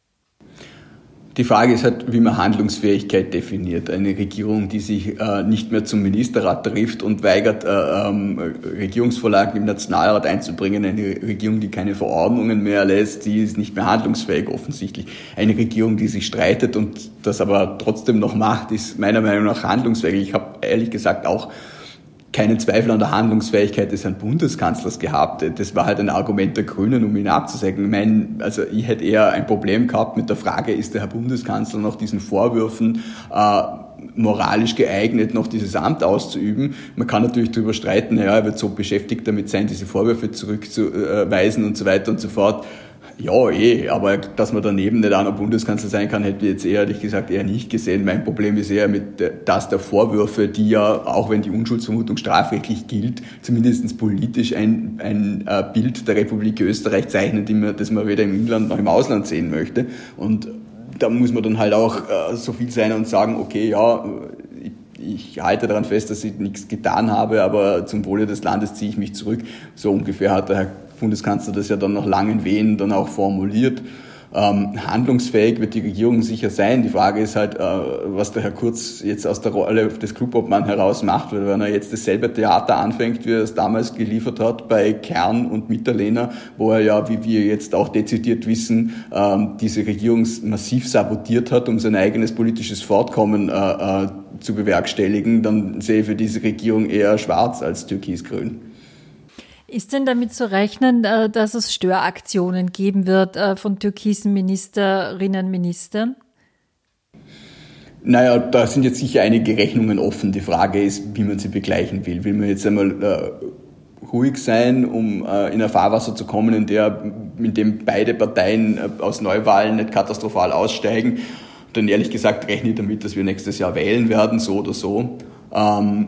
A: Die Frage ist halt, wie man Handlungsfähigkeit definiert. Eine Regierung, die sich äh, nicht mehr zum Ministerrat trifft und weigert, äh, ähm, Regierungsvorlagen im Nationalrat einzubringen. Eine Regierung, die keine Verordnungen mehr erlässt, die ist nicht mehr handlungsfähig offensichtlich. Eine Regierung, die sich streitet und das aber trotzdem noch macht, ist meiner Meinung nach handlungsfähig. Ich habe ehrlich gesagt auch keinen Zweifel an der Handlungsfähigkeit des Herrn Bundeskanzlers gehabt. Das war halt ein Argument der Grünen, um ihn abzusägen. Ich meine, also ich hätte eher ein Problem gehabt mit der Frage, ist der Herr Bundeskanzler nach diesen Vorwürfen äh, moralisch geeignet, noch dieses Amt auszuüben. Man kann natürlich darüber streiten, naja, er wird so beschäftigt damit sein, diese Vorwürfe zurückzuweisen und so weiter und so fort. Ja, eh, aber dass man daneben nicht auch noch Bundeskanzler sein kann, hätte ich jetzt ehrlich gesagt eher nicht gesehen. Mein Problem ist eher mit das der Vorwürfe, die ja, auch wenn die Unschuldsvermutung strafrechtlich gilt, zumindest politisch ein, ein Bild der Republik Österreich zeichnen, die man, das man weder im Inland noch im Ausland sehen möchte. Und da muss man dann halt auch äh, so viel sein und sagen, okay, ja, ich, ich halte daran fest, dass ich nichts getan habe, aber zum Wohle des Landes ziehe ich mich zurück. So ungefähr hat der Herr Bundeskanzler das ja dann nach langen Wehen dann auch formuliert. Ähm, handlungsfähig wird die Regierung sicher sein. Die Frage ist halt, äh, was der Herr Kurz jetzt aus der Rolle des Clubobmann heraus macht, weil wenn er jetzt dasselbe Theater anfängt, wie er es damals geliefert hat bei Kern und Mitterlehner, wo er ja, wie wir jetzt auch dezidiert wissen, ähm, diese Regierung massiv sabotiert hat, um sein eigenes politisches Fortkommen äh, äh, zu bewerkstelligen, dann sehe ich für diese Regierung eher schwarz als türkisgrün.
B: Ist denn damit zu rechnen, dass es Störaktionen geben wird von türkisen Ministerinnen und Ministern?
A: Naja, da sind jetzt sicher einige Rechnungen offen. Die Frage ist, wie man sie begleichen will. Will man jetzt einmal äh, ruhig sein, um äh, in ein Fahrwasser zu kommen, in, der, in dem beide Parteien äh, aus Neuwahlen nicht katastrophal aussteigen? Dann ehrlich gesagt rechne ich damit, dass wir nächstes Jahr wählen werden, so oder so. Ähm,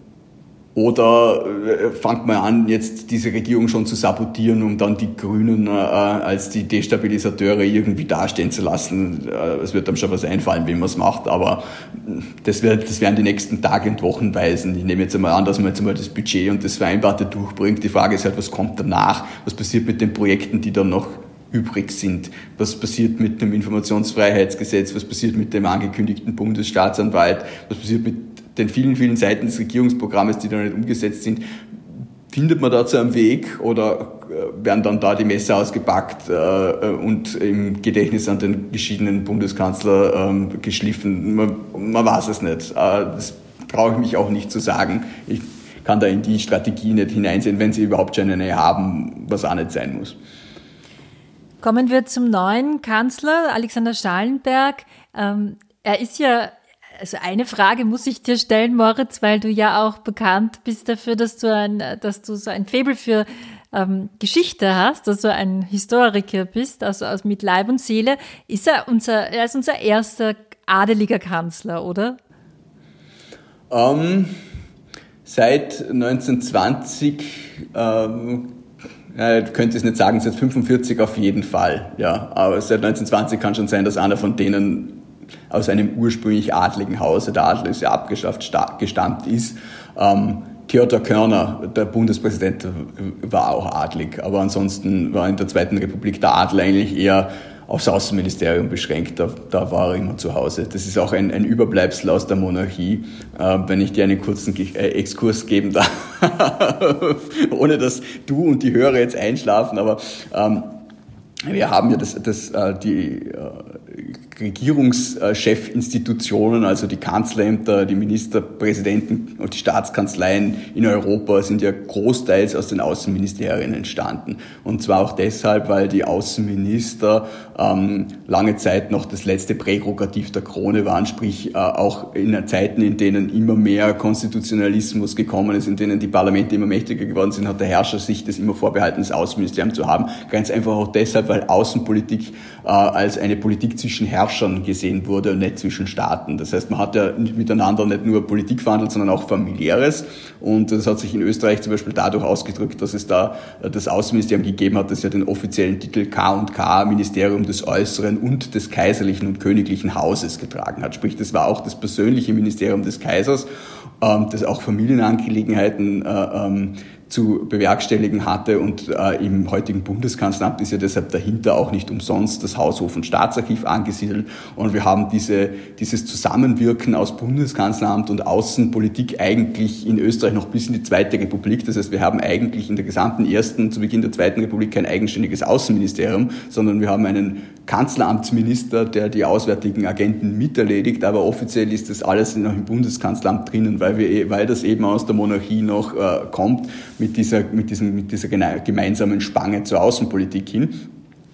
A: Oder äh, fängt man an, jetzt diese Regierung schon zu sabotieren, um dann die Grünen äh, als die Destabilisateure irgendwie dastehen zu lassen. Äh, es wird einem schon was einfallen, wie man es macht, aber das, wird, das werden die nächsten Tage und Wochen weisen. Ich nehme jetzt einmal an, dass man jetzt einmal das Budget und das Vereinbarte durchbringt. Die Frage ist halt, was kommt danach? Was passiert mit den Projekten, die dann noch übrig sind? Was passiert mit dem Informationsfreiheitsgesetz? Was passiert mit dem angekündigten Bundesstaatsanwalt? Was passiert mit den vielen, vielen Seiten des Regierungsprogrammes, die da nicht umgesetzt sind? Findet man dazu einen Weg oder werden dann da die Messer ausgepackt äh, und im Gedächtnis an den geschiedenen Bundeskanzler äh, geschliffen? Man, man weiß es nicht. Äh, das traue ich mich auch nicht zu sagen. Ich kann da in die Strategie nicht hineinsehen, wenn sie überhaupt schon eine haben, was auch nicht sein muss.
B: Kommen wir zum neuen Kanzler, Alexander Schallenberg. Ähm, er ist ja Also eine Frage muss ich dir stellen, Moritz, weil du ja auch bekannt bist dafür, dass du ein, dass du so ein Faible für ähm, Geschichte hast, also ein Historiker bist, also, also mit Leib und Seele. Ist er unser, er ist unser erster adeliger Kanzler, oder?
A: Ähm, seit neunzehnhundertzwanzig, ähm, ja, ich könnte es nicht sagen, seit fünfundvierzig auf jeden Fall, ja. Aber seit neunzehnhundertzwanzig kann schon sein, dass einer von denen aus einem ursprünglich adligen Hause, der Adel ist ja abgeschafft, gestammt ist. Ähm, Theodor Körner, der Bundespräsident, war auch adlig, aber ansonsten war in der Zweiten Republik der Adel eigentlich eher aufs Außenministerium beschränkt, da, da war er immer zu Hause. Das ist auch ein, ein Überbleibsel aus der Monarchie, äh, wenn ich dir einen kurzen äh, Exkurs geben darf, ohne dass du und die Hörer jetzt einschlafen, aber ähm, wir haben ja das, das, äh, die äh, Regierungschefinstitutionen, also die Kanzlerämter, die Ministerpräsidenten und die Staatskanzleien in Europa sind ja großteils aus den Außenministerien entstanden. Und zwar auch deshalb, weil die Außenminister ähm, lange Zeit noch das letzte Prärogativ der Krone waren, sprich äh, auch in Zeiten, in denen immer mehr Konstitutionalismus gekommen ist, in denen die Parlamente immer mächtiger geworden sind, hat der Herrscher sich das immer vorbehalten, das Außenministerium zu haben. Ganz einfach auch deshalb, weil Außenpolitik äh, als eine Politik zwischen Herrschern gesehen wurde und nicht zwischen Staaten. Das heißt, man hat ja miteinander nicht nur Politik verhandelt, sondern auch Familiäres. Und das hat sich in Österreich zum Beispiel dadurch ausgedrückt, dass es da das Außenministerium gegeben hat, das ja den offiziellen Titel K und K, Ministerium des Äußeren und des kaiserlichen und königlichen Hauses getragen hat. Sprich, das war auch das persönliche Ministerium des Kaisers, ähm, das auch Familienangelegenheiten äh, ähm, zu bewerkstelligen hatte und äh, im heutigen Bundeskanzleramt ist ja deshalb dahinter auch nicht umsonst das Haushof- und Staatsarchiv angesiedelt und wir haben diese, dieses Zusammenwirken aus Bundeskanzleramt und Außenpolitik eigentlich in Österreich noch bis in die Zweite Republik. Das heißt, wir haben eigentlich in der gesamten ersten, zu Beginn der Zweiten Republik kein eigenständiges Außenministerium, sondern wir haben einen Kanzleramtsminister, der die auswärtigen Agenten miterledigt, aber offiziell ist das alles noch im Bundeskanzleramt drinnen, weil wir, weil das eben aus der Monarchie noch äh, kommt, mit dieser, mit diesem, mit dieser gemeinsamen Spange zur Außenpolitik hin.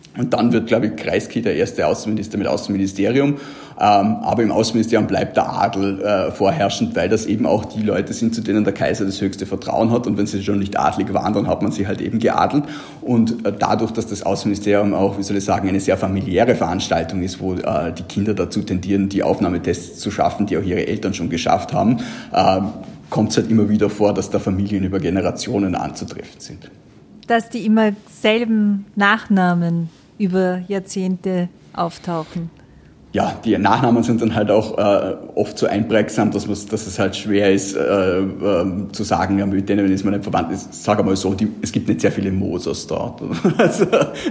A: Und dann wird, glaube ich, Kreisky der erste Außenminister mit Außenministerium. Ähm, aber im Außenministerium bleibt der Adel äh, vorherrschend, weil das eben auch die Leute sind, zu denen der Kaiser das höchste Vertrauen hat. Und wenn sie schon nicht adlig waren, dann hat man sie halt eben geadelt. Und äh, dadurch, dass das Außenministerium auch, wie soll ich sagen, eine sehr familiäre Veranstaltung ist, wo äh, die Kinder dazu tendieren, die Aufnahmetests zu schaffen, die auch ihre Eltern schon geschafft haben, äh, kommt es halt immer wieder vor, dass da Familien über Generationen anzutreffen sind.
B: Dass die immer selben Nachnamen über Jahrzehnte auftauchen.
A: Ja, die Nachnamen sind dann halt auch äh, oft so einprägsam, dass, dass es halt schwer ist äh, äh, zu sagen, ja, mit denen ist man nicht verwandt. Ich sage mal so, die, es gibt nicht sehr viele Mosers dort. Also,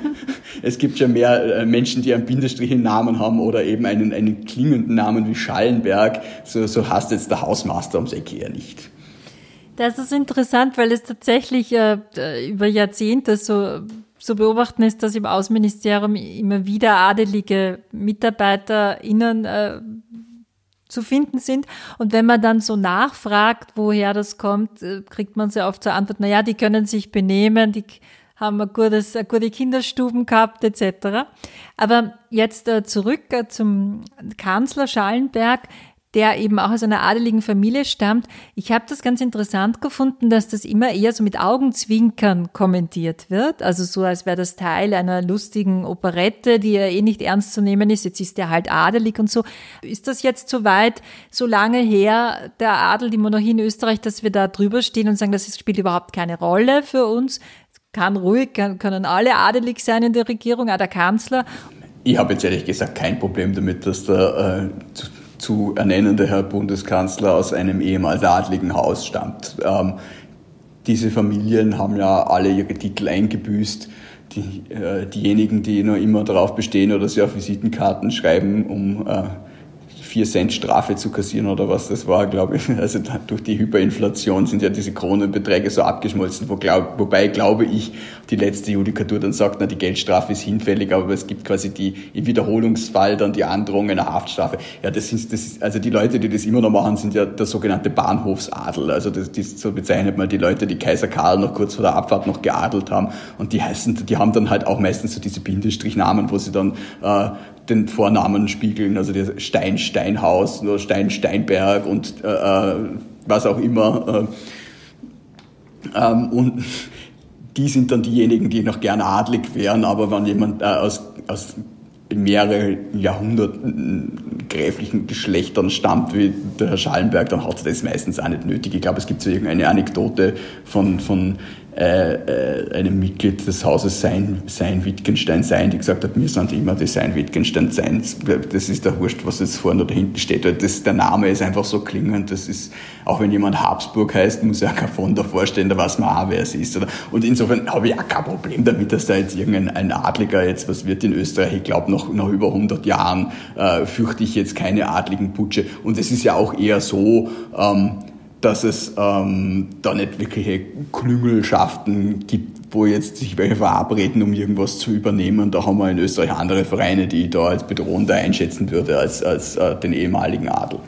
A: es gibt schon mehr Menschen, die einen Bindestrich im Namen haben oder eben einen, einen klingenden Namen wie Schallenberg. So, so heißt jetzt der Hausmeister ums Eck eher nicht.
B: Das ist interessant, weil es tatsächlich äh, über Jahrzehnte so zu beobachten ist, dass im Außenministerium immer wieder adelige MitarbeiterInnen äh, zu finden sind. Und wenn man dann so nachfragt, woher das kommt, äh, kriegt man sehr oft zur Antwort, naja, die können sich benehmen, die haben ein gutes, eine gute Kinderstuben gehabt, et cetera. Aber jetzt äh, zurück äh, zum Kanzler Schallenberg, der eben auch aus einer adeligen Familie stammt. Ich habe das ganz interessant gefunden, dass das immer eher so mit Augenzwinkern kommentiert wird. Also so, als wäre das Teil einer lustigen Operette, die ja eh nicht ernst zu nehmen ist. Jetzt ist der halt adelig und so. Ist das jetzt so weit, so lange her, der Adel, die Monarchie in Österreich, dass wir da drüber stehen und sagen, das spielt überhaupt keine Rolle für uns? Kann ruhig, kann, können alle adelig sein in der Regierung, auch der Kanzler.
A: Ich habe jetzt ehrlich gesagt kein Problem damit, dass der äh, zu, zu ernennende Herr Bundeskanzler aus einem ehemals adligen Haus stammt. Ähm, diese Familien haben ja alle ihre Titel eingebüßt. Die, äh, diejenigen, die noch immer darauf bestehen oder sie auf Visitenkarten schreiben, um äh, vier Cent Strafe zu kassieren oder was das war, glaube ich. Also durch die Hyperinflation sind ja diese Kronenbeträge so abgeschmolzen, wo glaub, wobei, glaube ich, die letzte Judikatur dann sagt, na, die Geldstrafe ist hinfällig, aber es gibt quasi die, im Wiederholungsfall dann die Androhung einer Haftstrafe. Ja, das ist, das ist, also die Leute, die das immer noch machen, sind ja der sogenannte Bahnhofsadel. Also das, das so bezeichnet man die Leute, die Kaiser Karl noch kurz vor der Abfahrt noch geadelt haben, und die heißen, die haben dann halt auch meistens so diese Bindestrichnamen, wo sie dann äh, den Vornamen spiegeln, also der Stein, Steinhaus oder Stein, Steinberg und äh, was auch immer. Äh, ähm, und die sind dann diejenigen, die noch gerne adlig wären, aber wenn jemand äh, aus, aus mehrere Jahrhunderten gräflichen Geschlechtern stammt, wie der Herr Schallenberg, dann hat er das meistens auch nicht nötig. Ich glaube, es gibt so irgendeine Anekdote von, von äh, äh, einem Mitglied des Hauses Sein, Sein Wittgenstein Sein, die gesagt hat, wir sind immer die Sein Wittgenstein Sein. Das ist der Wurscht, was jetzt vorne oder hinten steht. Das, der Name ist einfach so klingend. Das ist, auch wenn jemand Habsburg heißt, muss ja kein von davor stehen, da weiß man auch, wer es ist. Oder? Und insofern habe ich auch kein Problem damit, dass da jetzt irgendein ein Adliger jetzt was wird in Österreich. Ich glaube, noch, noch über hundert Jahren äh, fürchte ich jetzt keine adligen Putsche. Und es ist ja auch eher so, ähm, dass es ähm, da nicht wirkliche Klüngelschaften gibt, wo jetzt sich welche verabreden, um irgendwas zu übernehmen. Da haben wir in Österreich andere Vereine, die ich da als bedrohender einschätzen würde als, als äh, den ehemaligen Adel.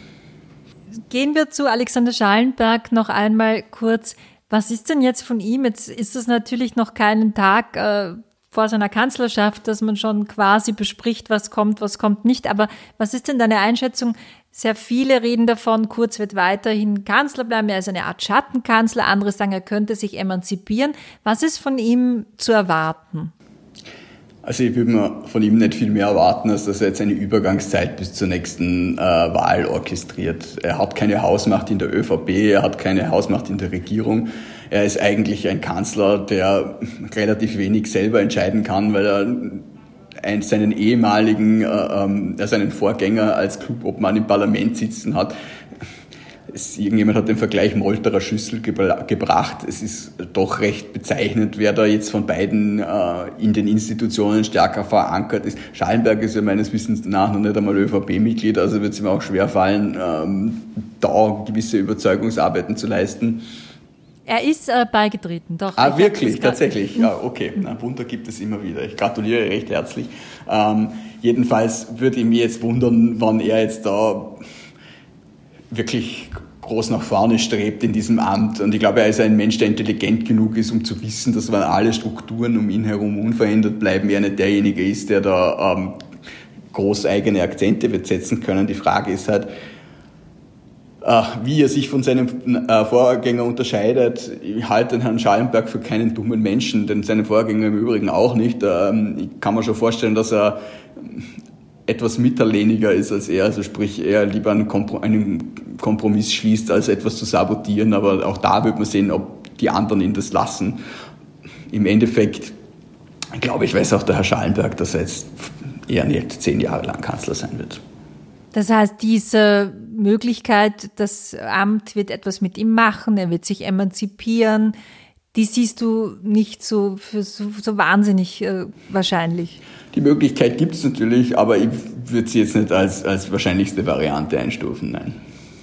B: Gehen wir zu Alexander Schallenberg noch einmal kurz. Was ist denn jetzt von ihm? Jetzt ist es natürlich noch keinen Tag äh, vor seiner Kanzlerschaft, dass man schon quasi bespricht, was kommt, was kommt nicht. Aber was ist denn deine Einschätzung? Sehr viele reden davon, Kurz wird weiterhin Kanzler bleiben. Er ist eine Art Schattenkanzler. Andere sagen, er könnte sich emanzipieren. Was ist von ihm zu erwarten?
A: Also ich würde mir von ihm nicht viel mehr erwarten, als dass er jetzt eine Übergangszeit bis zur nächsten äh, Wahl orchestriert. Er hat keine Hausmacht in der ÖVP, er hat keine Hausmacht in der Regierung. Er ist eigentlich ein Kanzler, der relativ wenig selber entscheiden kann, weil er einen, seinen ehemaligen, äh, äh, seinen Vorgänger als Clubobmann im Parlament sitzen hat. Es, irgendjemand hat den Vergleich Molterer Schüssel gebra- gebracht. Es ist doch recht bezeichnend, wer da jetzt von beiden äh, in den Institutionen stärker verankert ist. Schallenberg ist ja meines Wissens nach noch nicht einmal ÖVP-Mitglied, also wird es ihm auch schwerfallen, ähm, da gewisse Überzeugungsarbeiten zu leisten.
B: Er ist äh, beigetreten, doch.
A: Ah, wirklich? Tatsächlich? Ja, okay. Na, Wunder gibt es immer wieder. Ich gratuliere recht herzlich. Ähm, jedenfalls würde ich mich jetzt wundern, wann er jetzt da wirklich groß nach vorne strebt in diesem Amt. Und ich glaube, er ist ein Mensch, der intelligent genug ist, um zu wissen, dass wenn alle Strukturen um ihn herum unverändert bleiben, er nicht derjenige ist, der da ähm, groß eigene Akzente wird setzen können. Die Frage ist halt, äh, wie er sich von seinem äh, Vorgänger unterscheidet. Ich halte den Herrn Schallenberg für keinen dummen Menschen, denn seinen Vorgänger im Übrigen auch nicht. Ähm, ich kann mir schon vorstellen, dass er etwas mitterlehniger ist als er, also sprich er lieber einen, Kompr- einen Kompromiss schließt, als etwas zu sabotieren, aber auch da wird man sehen, ob die anderen ihn das lassen. Im Endeffekt, glaube ich, weiß auch der Herr Schallenberg, dass er jetzt eher nicht zehn Jahre lang Kanzler sein wird.
B: Das heißt, diese Möglichkeit, das Amt wird etwas mit ihm machen, er wird sich emanzipieren, die siehst du nicht so für so, so wahnsinnig äh, wahrscheinlich.
A: Die Möglichkeit gibt es natürlich, aber ich würde sie jetzt nicht als, als wahrscheinlichste Variante einstufen, nein.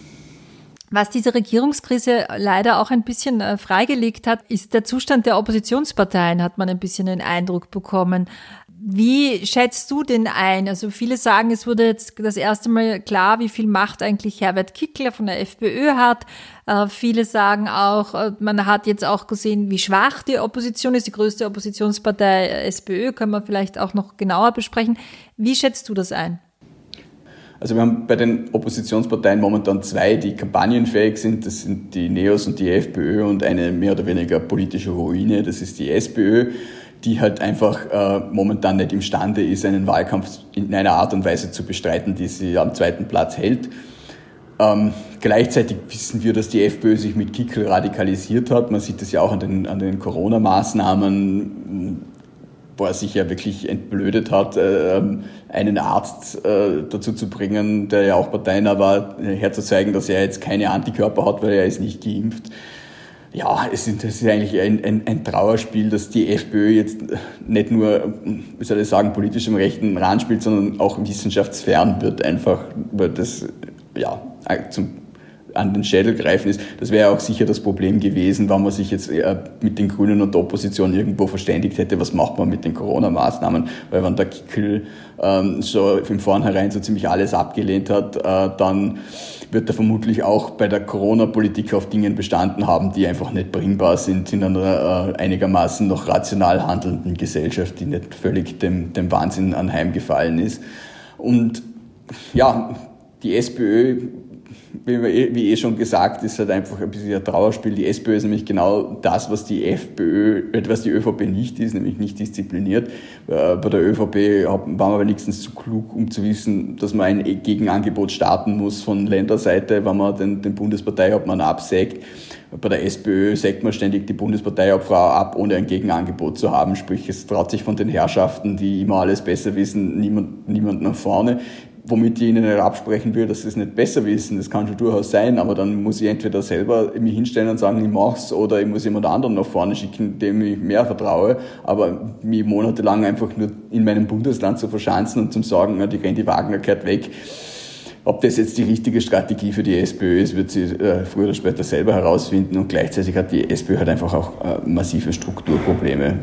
B: Was diese Regierungskrise leider auch ein bisschen äh, freigelegt hat, ist der Zustand der Oppositionsparteien, hat man ein bisschen den Eindruck bekommen. Wie schätzt du den ein? Also viele sagen, es wurde jetzt das erste Mal klar, wie viel Macht eigentlich Herbert Kickl von der FPÖ hat. Äh, viele sagen auch, äh, man hat jetzt auch gesehen, wie schwach die Opposition ist. Die größte Oppositionspartei äh, SPÖ, können wir vielleicht auch noch genauer besprechen. Wie schätzt du das ein?
A: Also wir haben bei den Oppositionsparteien momentan zwei, die kampagnenfähig sind. Das sind die NEOS und die FPÖ und eine mehr oder weniger politische Ruine. Das ist die SPÖ, die halt einfach äh, momentan nicht imstande ist, einen Wahlkampf in einer Art und Weise zu bestreiten, die sie am zweiten Platz hält. Ähm, gleichzeitig wissen wir, dass die FPÖ sich mit Kickl radikalisiert hat. Man sieht das ja auch an den, an den Corona-Maßnahmen, wo er sich ja wirklich entblödet hat, äh, einen Arzt äh, dazu zu bringen, der ja auch parteinah war, herzuzeigen, dass er jetzt keine Antikörper hat, weil er ist nicht geimpft. Ja, es ist, es ist eigentlich ein, ein, ein Trauerspiel, dass die FPÖ jetzt nicht nur, wie soll ich sagen, politisch im rechten Rand spielt, sondern auch wissenschaftsfern wird, einfach, weil das ja zum, an den Schädel greifen ist. Das wäre auch sicher das Problem gewesen, wenn man sich jetzt mit den Grünen und der Opposition irgendwo verständigt hätte, was macht man mit den Corona-Maßnahmen, weil wenn der Kickl ähm, schon von vornherein so ziemlich alles abgelehnt hat, äh, dann wird er vermutlich auch bei der Corona-Politik auf Dingen bestanden haben, die einfach nicht bringbar sind in einer äh, einigermaßen noch rational handelnden Gesellschaft, die nicht völlig dem, dem Wahnsinn anheimgefallen ist. Und ja, die SPÖ, wie, wie eh schon gesagt, ist halt einfach ein bisschen ein Trauerspiel. Die SPÖ ist nämlich genau das, was die FPÖ, was die ÖVP nicht ist, nämlich nicht diszipliniert. Bei der ÖVP waren wir wenigstens zu klug, um zu wissen, dass man ein Gegenangebot starten muss von Länderseite, wenn man den, den Bundesparteiobmann absägt. Bei der SPÖ sägt man ständig die Bundesparteiobfrau ab, ohne ein Gegenangebot zu haben. Sprich, es traut sich von den Herrschaften, die immer alles besser wissen, niemand, niemand nach vorne. Womit ich ihnen nicht absprechen will, dass sie es nicht besser wissen. Das kann schon durchaus sein, aber dann muss ich entweder selber mich hinstellen und sagen, ich mach's, oder ich muss jemand anderen nach vorne schicken, dem ich mehr vertraue. Aber mich monatelang einfach nur in meinem Bundesland zu verschanzen und zu sagen, die Rendi Wagner kehrt weg. Ob das jetzt die richtige Strategie für die SPÖ ist, wird sie äh, früher oder später selber herausfinden. Und gleichzeitig hat die SPÖ halt einfach auch äh, massive Strukturprobleme.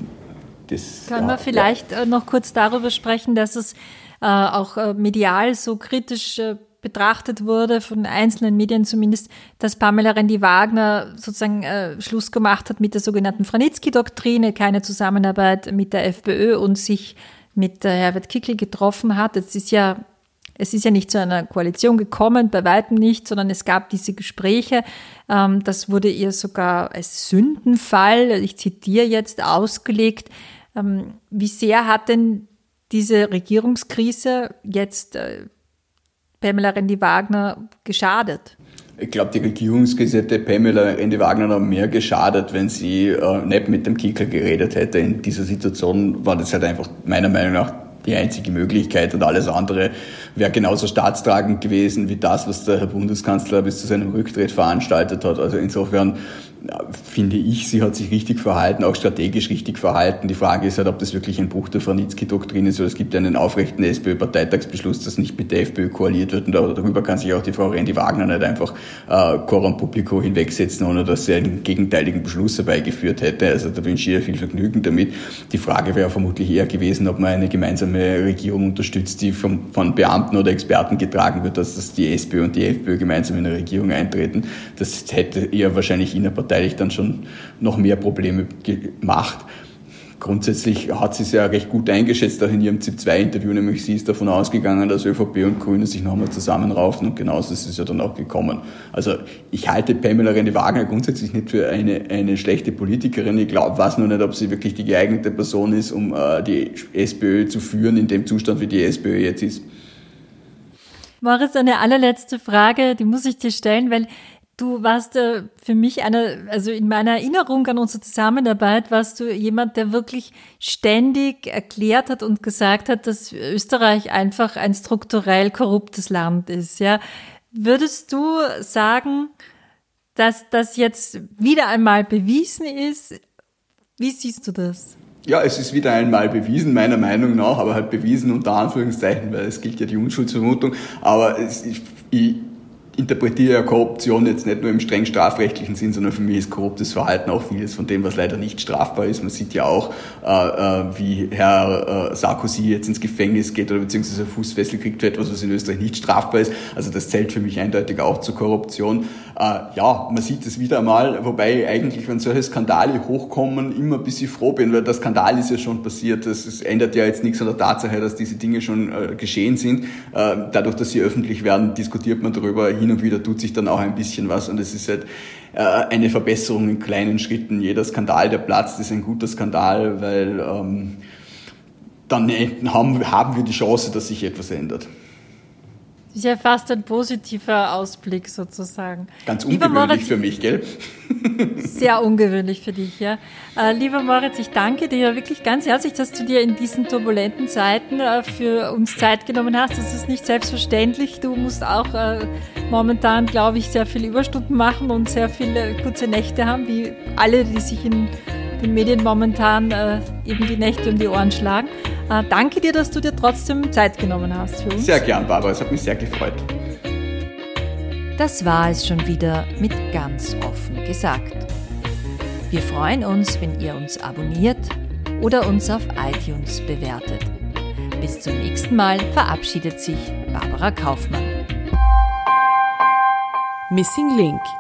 A: Das,
B: Können
A: ja,
B: wir vielleicht ja. noch kurz darüber sprechen, dass es äh, auch äh, medial so kritisch äh, betrachtet wurde, von einzelnen Medien zumindest, dass Pamela Rendi-Wagner sozusagen äh, Schluss gemacht hat mit der sogenannten Vranitzky-Doktrine, keine Zusammenarbeit mit der FPÖ und sich mit äh, Herbert Kickl getroffen hat. Es ist ja Es ist ja nicht zu einer Koalition gekommen, bei weitem nicht, sondern es gab diese Gespräche. Ähm, das wurde ihr sogar als Sündenfall, ich zitiere jetzt, ausgelegt. Ähm, wie sehr hat denn diese Regierungskrise jetzt äh, Pamela Rendi-Wagner geschadet?
A: Ich glaube, die Regierungskrise hätte Pamela Rendi-Wagner noch mehr geschadet, wenn sie äh, nicht mit dem Kickl geredet hätte. In dieser Situation war das halt einfach meiner Meinung nach die einzige Möglichkeit, und alles andere wäre genauso staatstragend gewesen wie das, was der Herr Bundeskanzler bis zu seinem Rücktritt veranstaltet hat. Also insofern finde ich, sie hat sich richtig verhalten, auch strategisch richtig verhalten. Die Frage ist halt, ob das wirklich ein Bruch der Vranitzky-Doktrin ist, oder es gibt ja einen aufrechten SPÖ-Parteitagsbeschluss, dass nicht mit der FPÖ koaliert wird, und darüber kann sich auch die Frau Rendi-Wagner nicht einfach äh, coram publico hinwegsetzen, ohne dass sie einen gegenteiligen Beschluss herbeigeführt hätte. Also da wünsche ich ihr viel Vergnügen damit. Die Frage wäre vermutlich eher gewesen, ob man eine gemeinsame Regierung unterstützt, die vom, von Beamten oder Experten getragen wird, dass das die SPÖ und die FPÖ gemeinsam in eine Regierung eintreten. Das hätte ihr wahrscheinlich innerparteilich dann schon noch mehr Probleme gemacht. Grundsätzlich hat sie es ja recht gut eingeschätzt, auch in ihrem ZIP zwei Interview, nämlich sie ist davon ausgegangen, dass ÖVP und Grüne sich nochmal zusammenraufen, und genauso ist es ja dann auch gekommen. Also ich halte Pamela Rendi-Wagner grundsätzlich nicht für eine, eine schlechte Politikerin. Ich glaube, weiß nur nicht, ob sie wirklich die geeignete Person ist, um äh, die SPÖ zu führen in dem Zustand, wie die SPÖ jetzt ist.
B: Moritz, eine allerletzte Frage, die muss ich dir stellen, weil du warst äh, für mich eine, also in meiner Erinnerung an unsere Zusammenarbeit warst du jemand, der wirklich ständig erklärt hat und gesagt hat, dass Österreich einfach ein strukturell korruptes Land ist. Ja, würdest du sagen, dass das jetzt wieder einmal bewiesen ist? Wie siehst du das?
A: Ja, es ist wieder einmal bewiesen, meiner Meinung nach, aber halt bewiesen unter Anführungszeichen, weil es gilt ja die Unschuldsvermutung. Aber es, ich, ich interpretiere ja Korruption jetzt nicht nur im streng strafrechtlichen Sinn, sondern für mich ist korruptes Verhalten auch vieles von dem, was leider nicht strafbar ist. Man sieht ja auch, äh, wie Herr äh, Sarkozy jetzt ins Gefängnis geht oder beziehungsweise Fußfessel kriegt für etwas, was in Österreich nicht strafbar ist. Also das zählt für mich eindeutig auch zur Korruption. Äh, ja, man sieht es wieder einmal, wobei eigentlich, wenn solche Skandale hochkommen, immer ein bisschen froh bin, weil der Skandal ist ja schon passiert. Das, das ändert ja jetzt nichts an der Tatsache, dass diese Dinge schon äh, geschehen sind. Äh, dadurch, dass sie öffentlich werden, diskutiert man darüber. Hin und wieder tut sich dann auch ein bisschen was, und es ist halt äh, eine Verbesserung in kleinen Schritten. Jeder Skandal, der platzt, ist ein guter Skandal, weil ähm, dann haben, haben wir die Chance, dass sich etwas ändert.
B: Das ist ja fast ein positiver Ausblick sozusagen.
A: Ganz ungewöhnlich Moritz, für mich, gell?
B: Sehr ungewöhnlich für dich, ja. Äh, lieber Moritz, ich danke dir wirklich ganz herzlich, dass du dir in diesen turbulenten Zeiten äh, für uns Zeit genommen hast. Das ist nicht selbstverständlich. Du musst auch äh, momentan, glaube ich, sehr viele Überstunden machen und sehr viele kurze Nächte haben, wie alle, die sich in den Medien momentan äh, eben die Nächte um die Ohren schlagen. Äh, danke dir, dass du dir trotzdem Zeit genommen hast für uns.
A: Sehr gern, Barbara. Es hat mich sehr gefreut.
B: Das war es schon wieder mit Ganz offen gesagt. Wir freuen uns, wenn ihr uns abonniert oder uns auf iTunes bewertet. Bis zum nächsten Mal verabschiedet sich Barbara Kaufmann.
C: Missing Link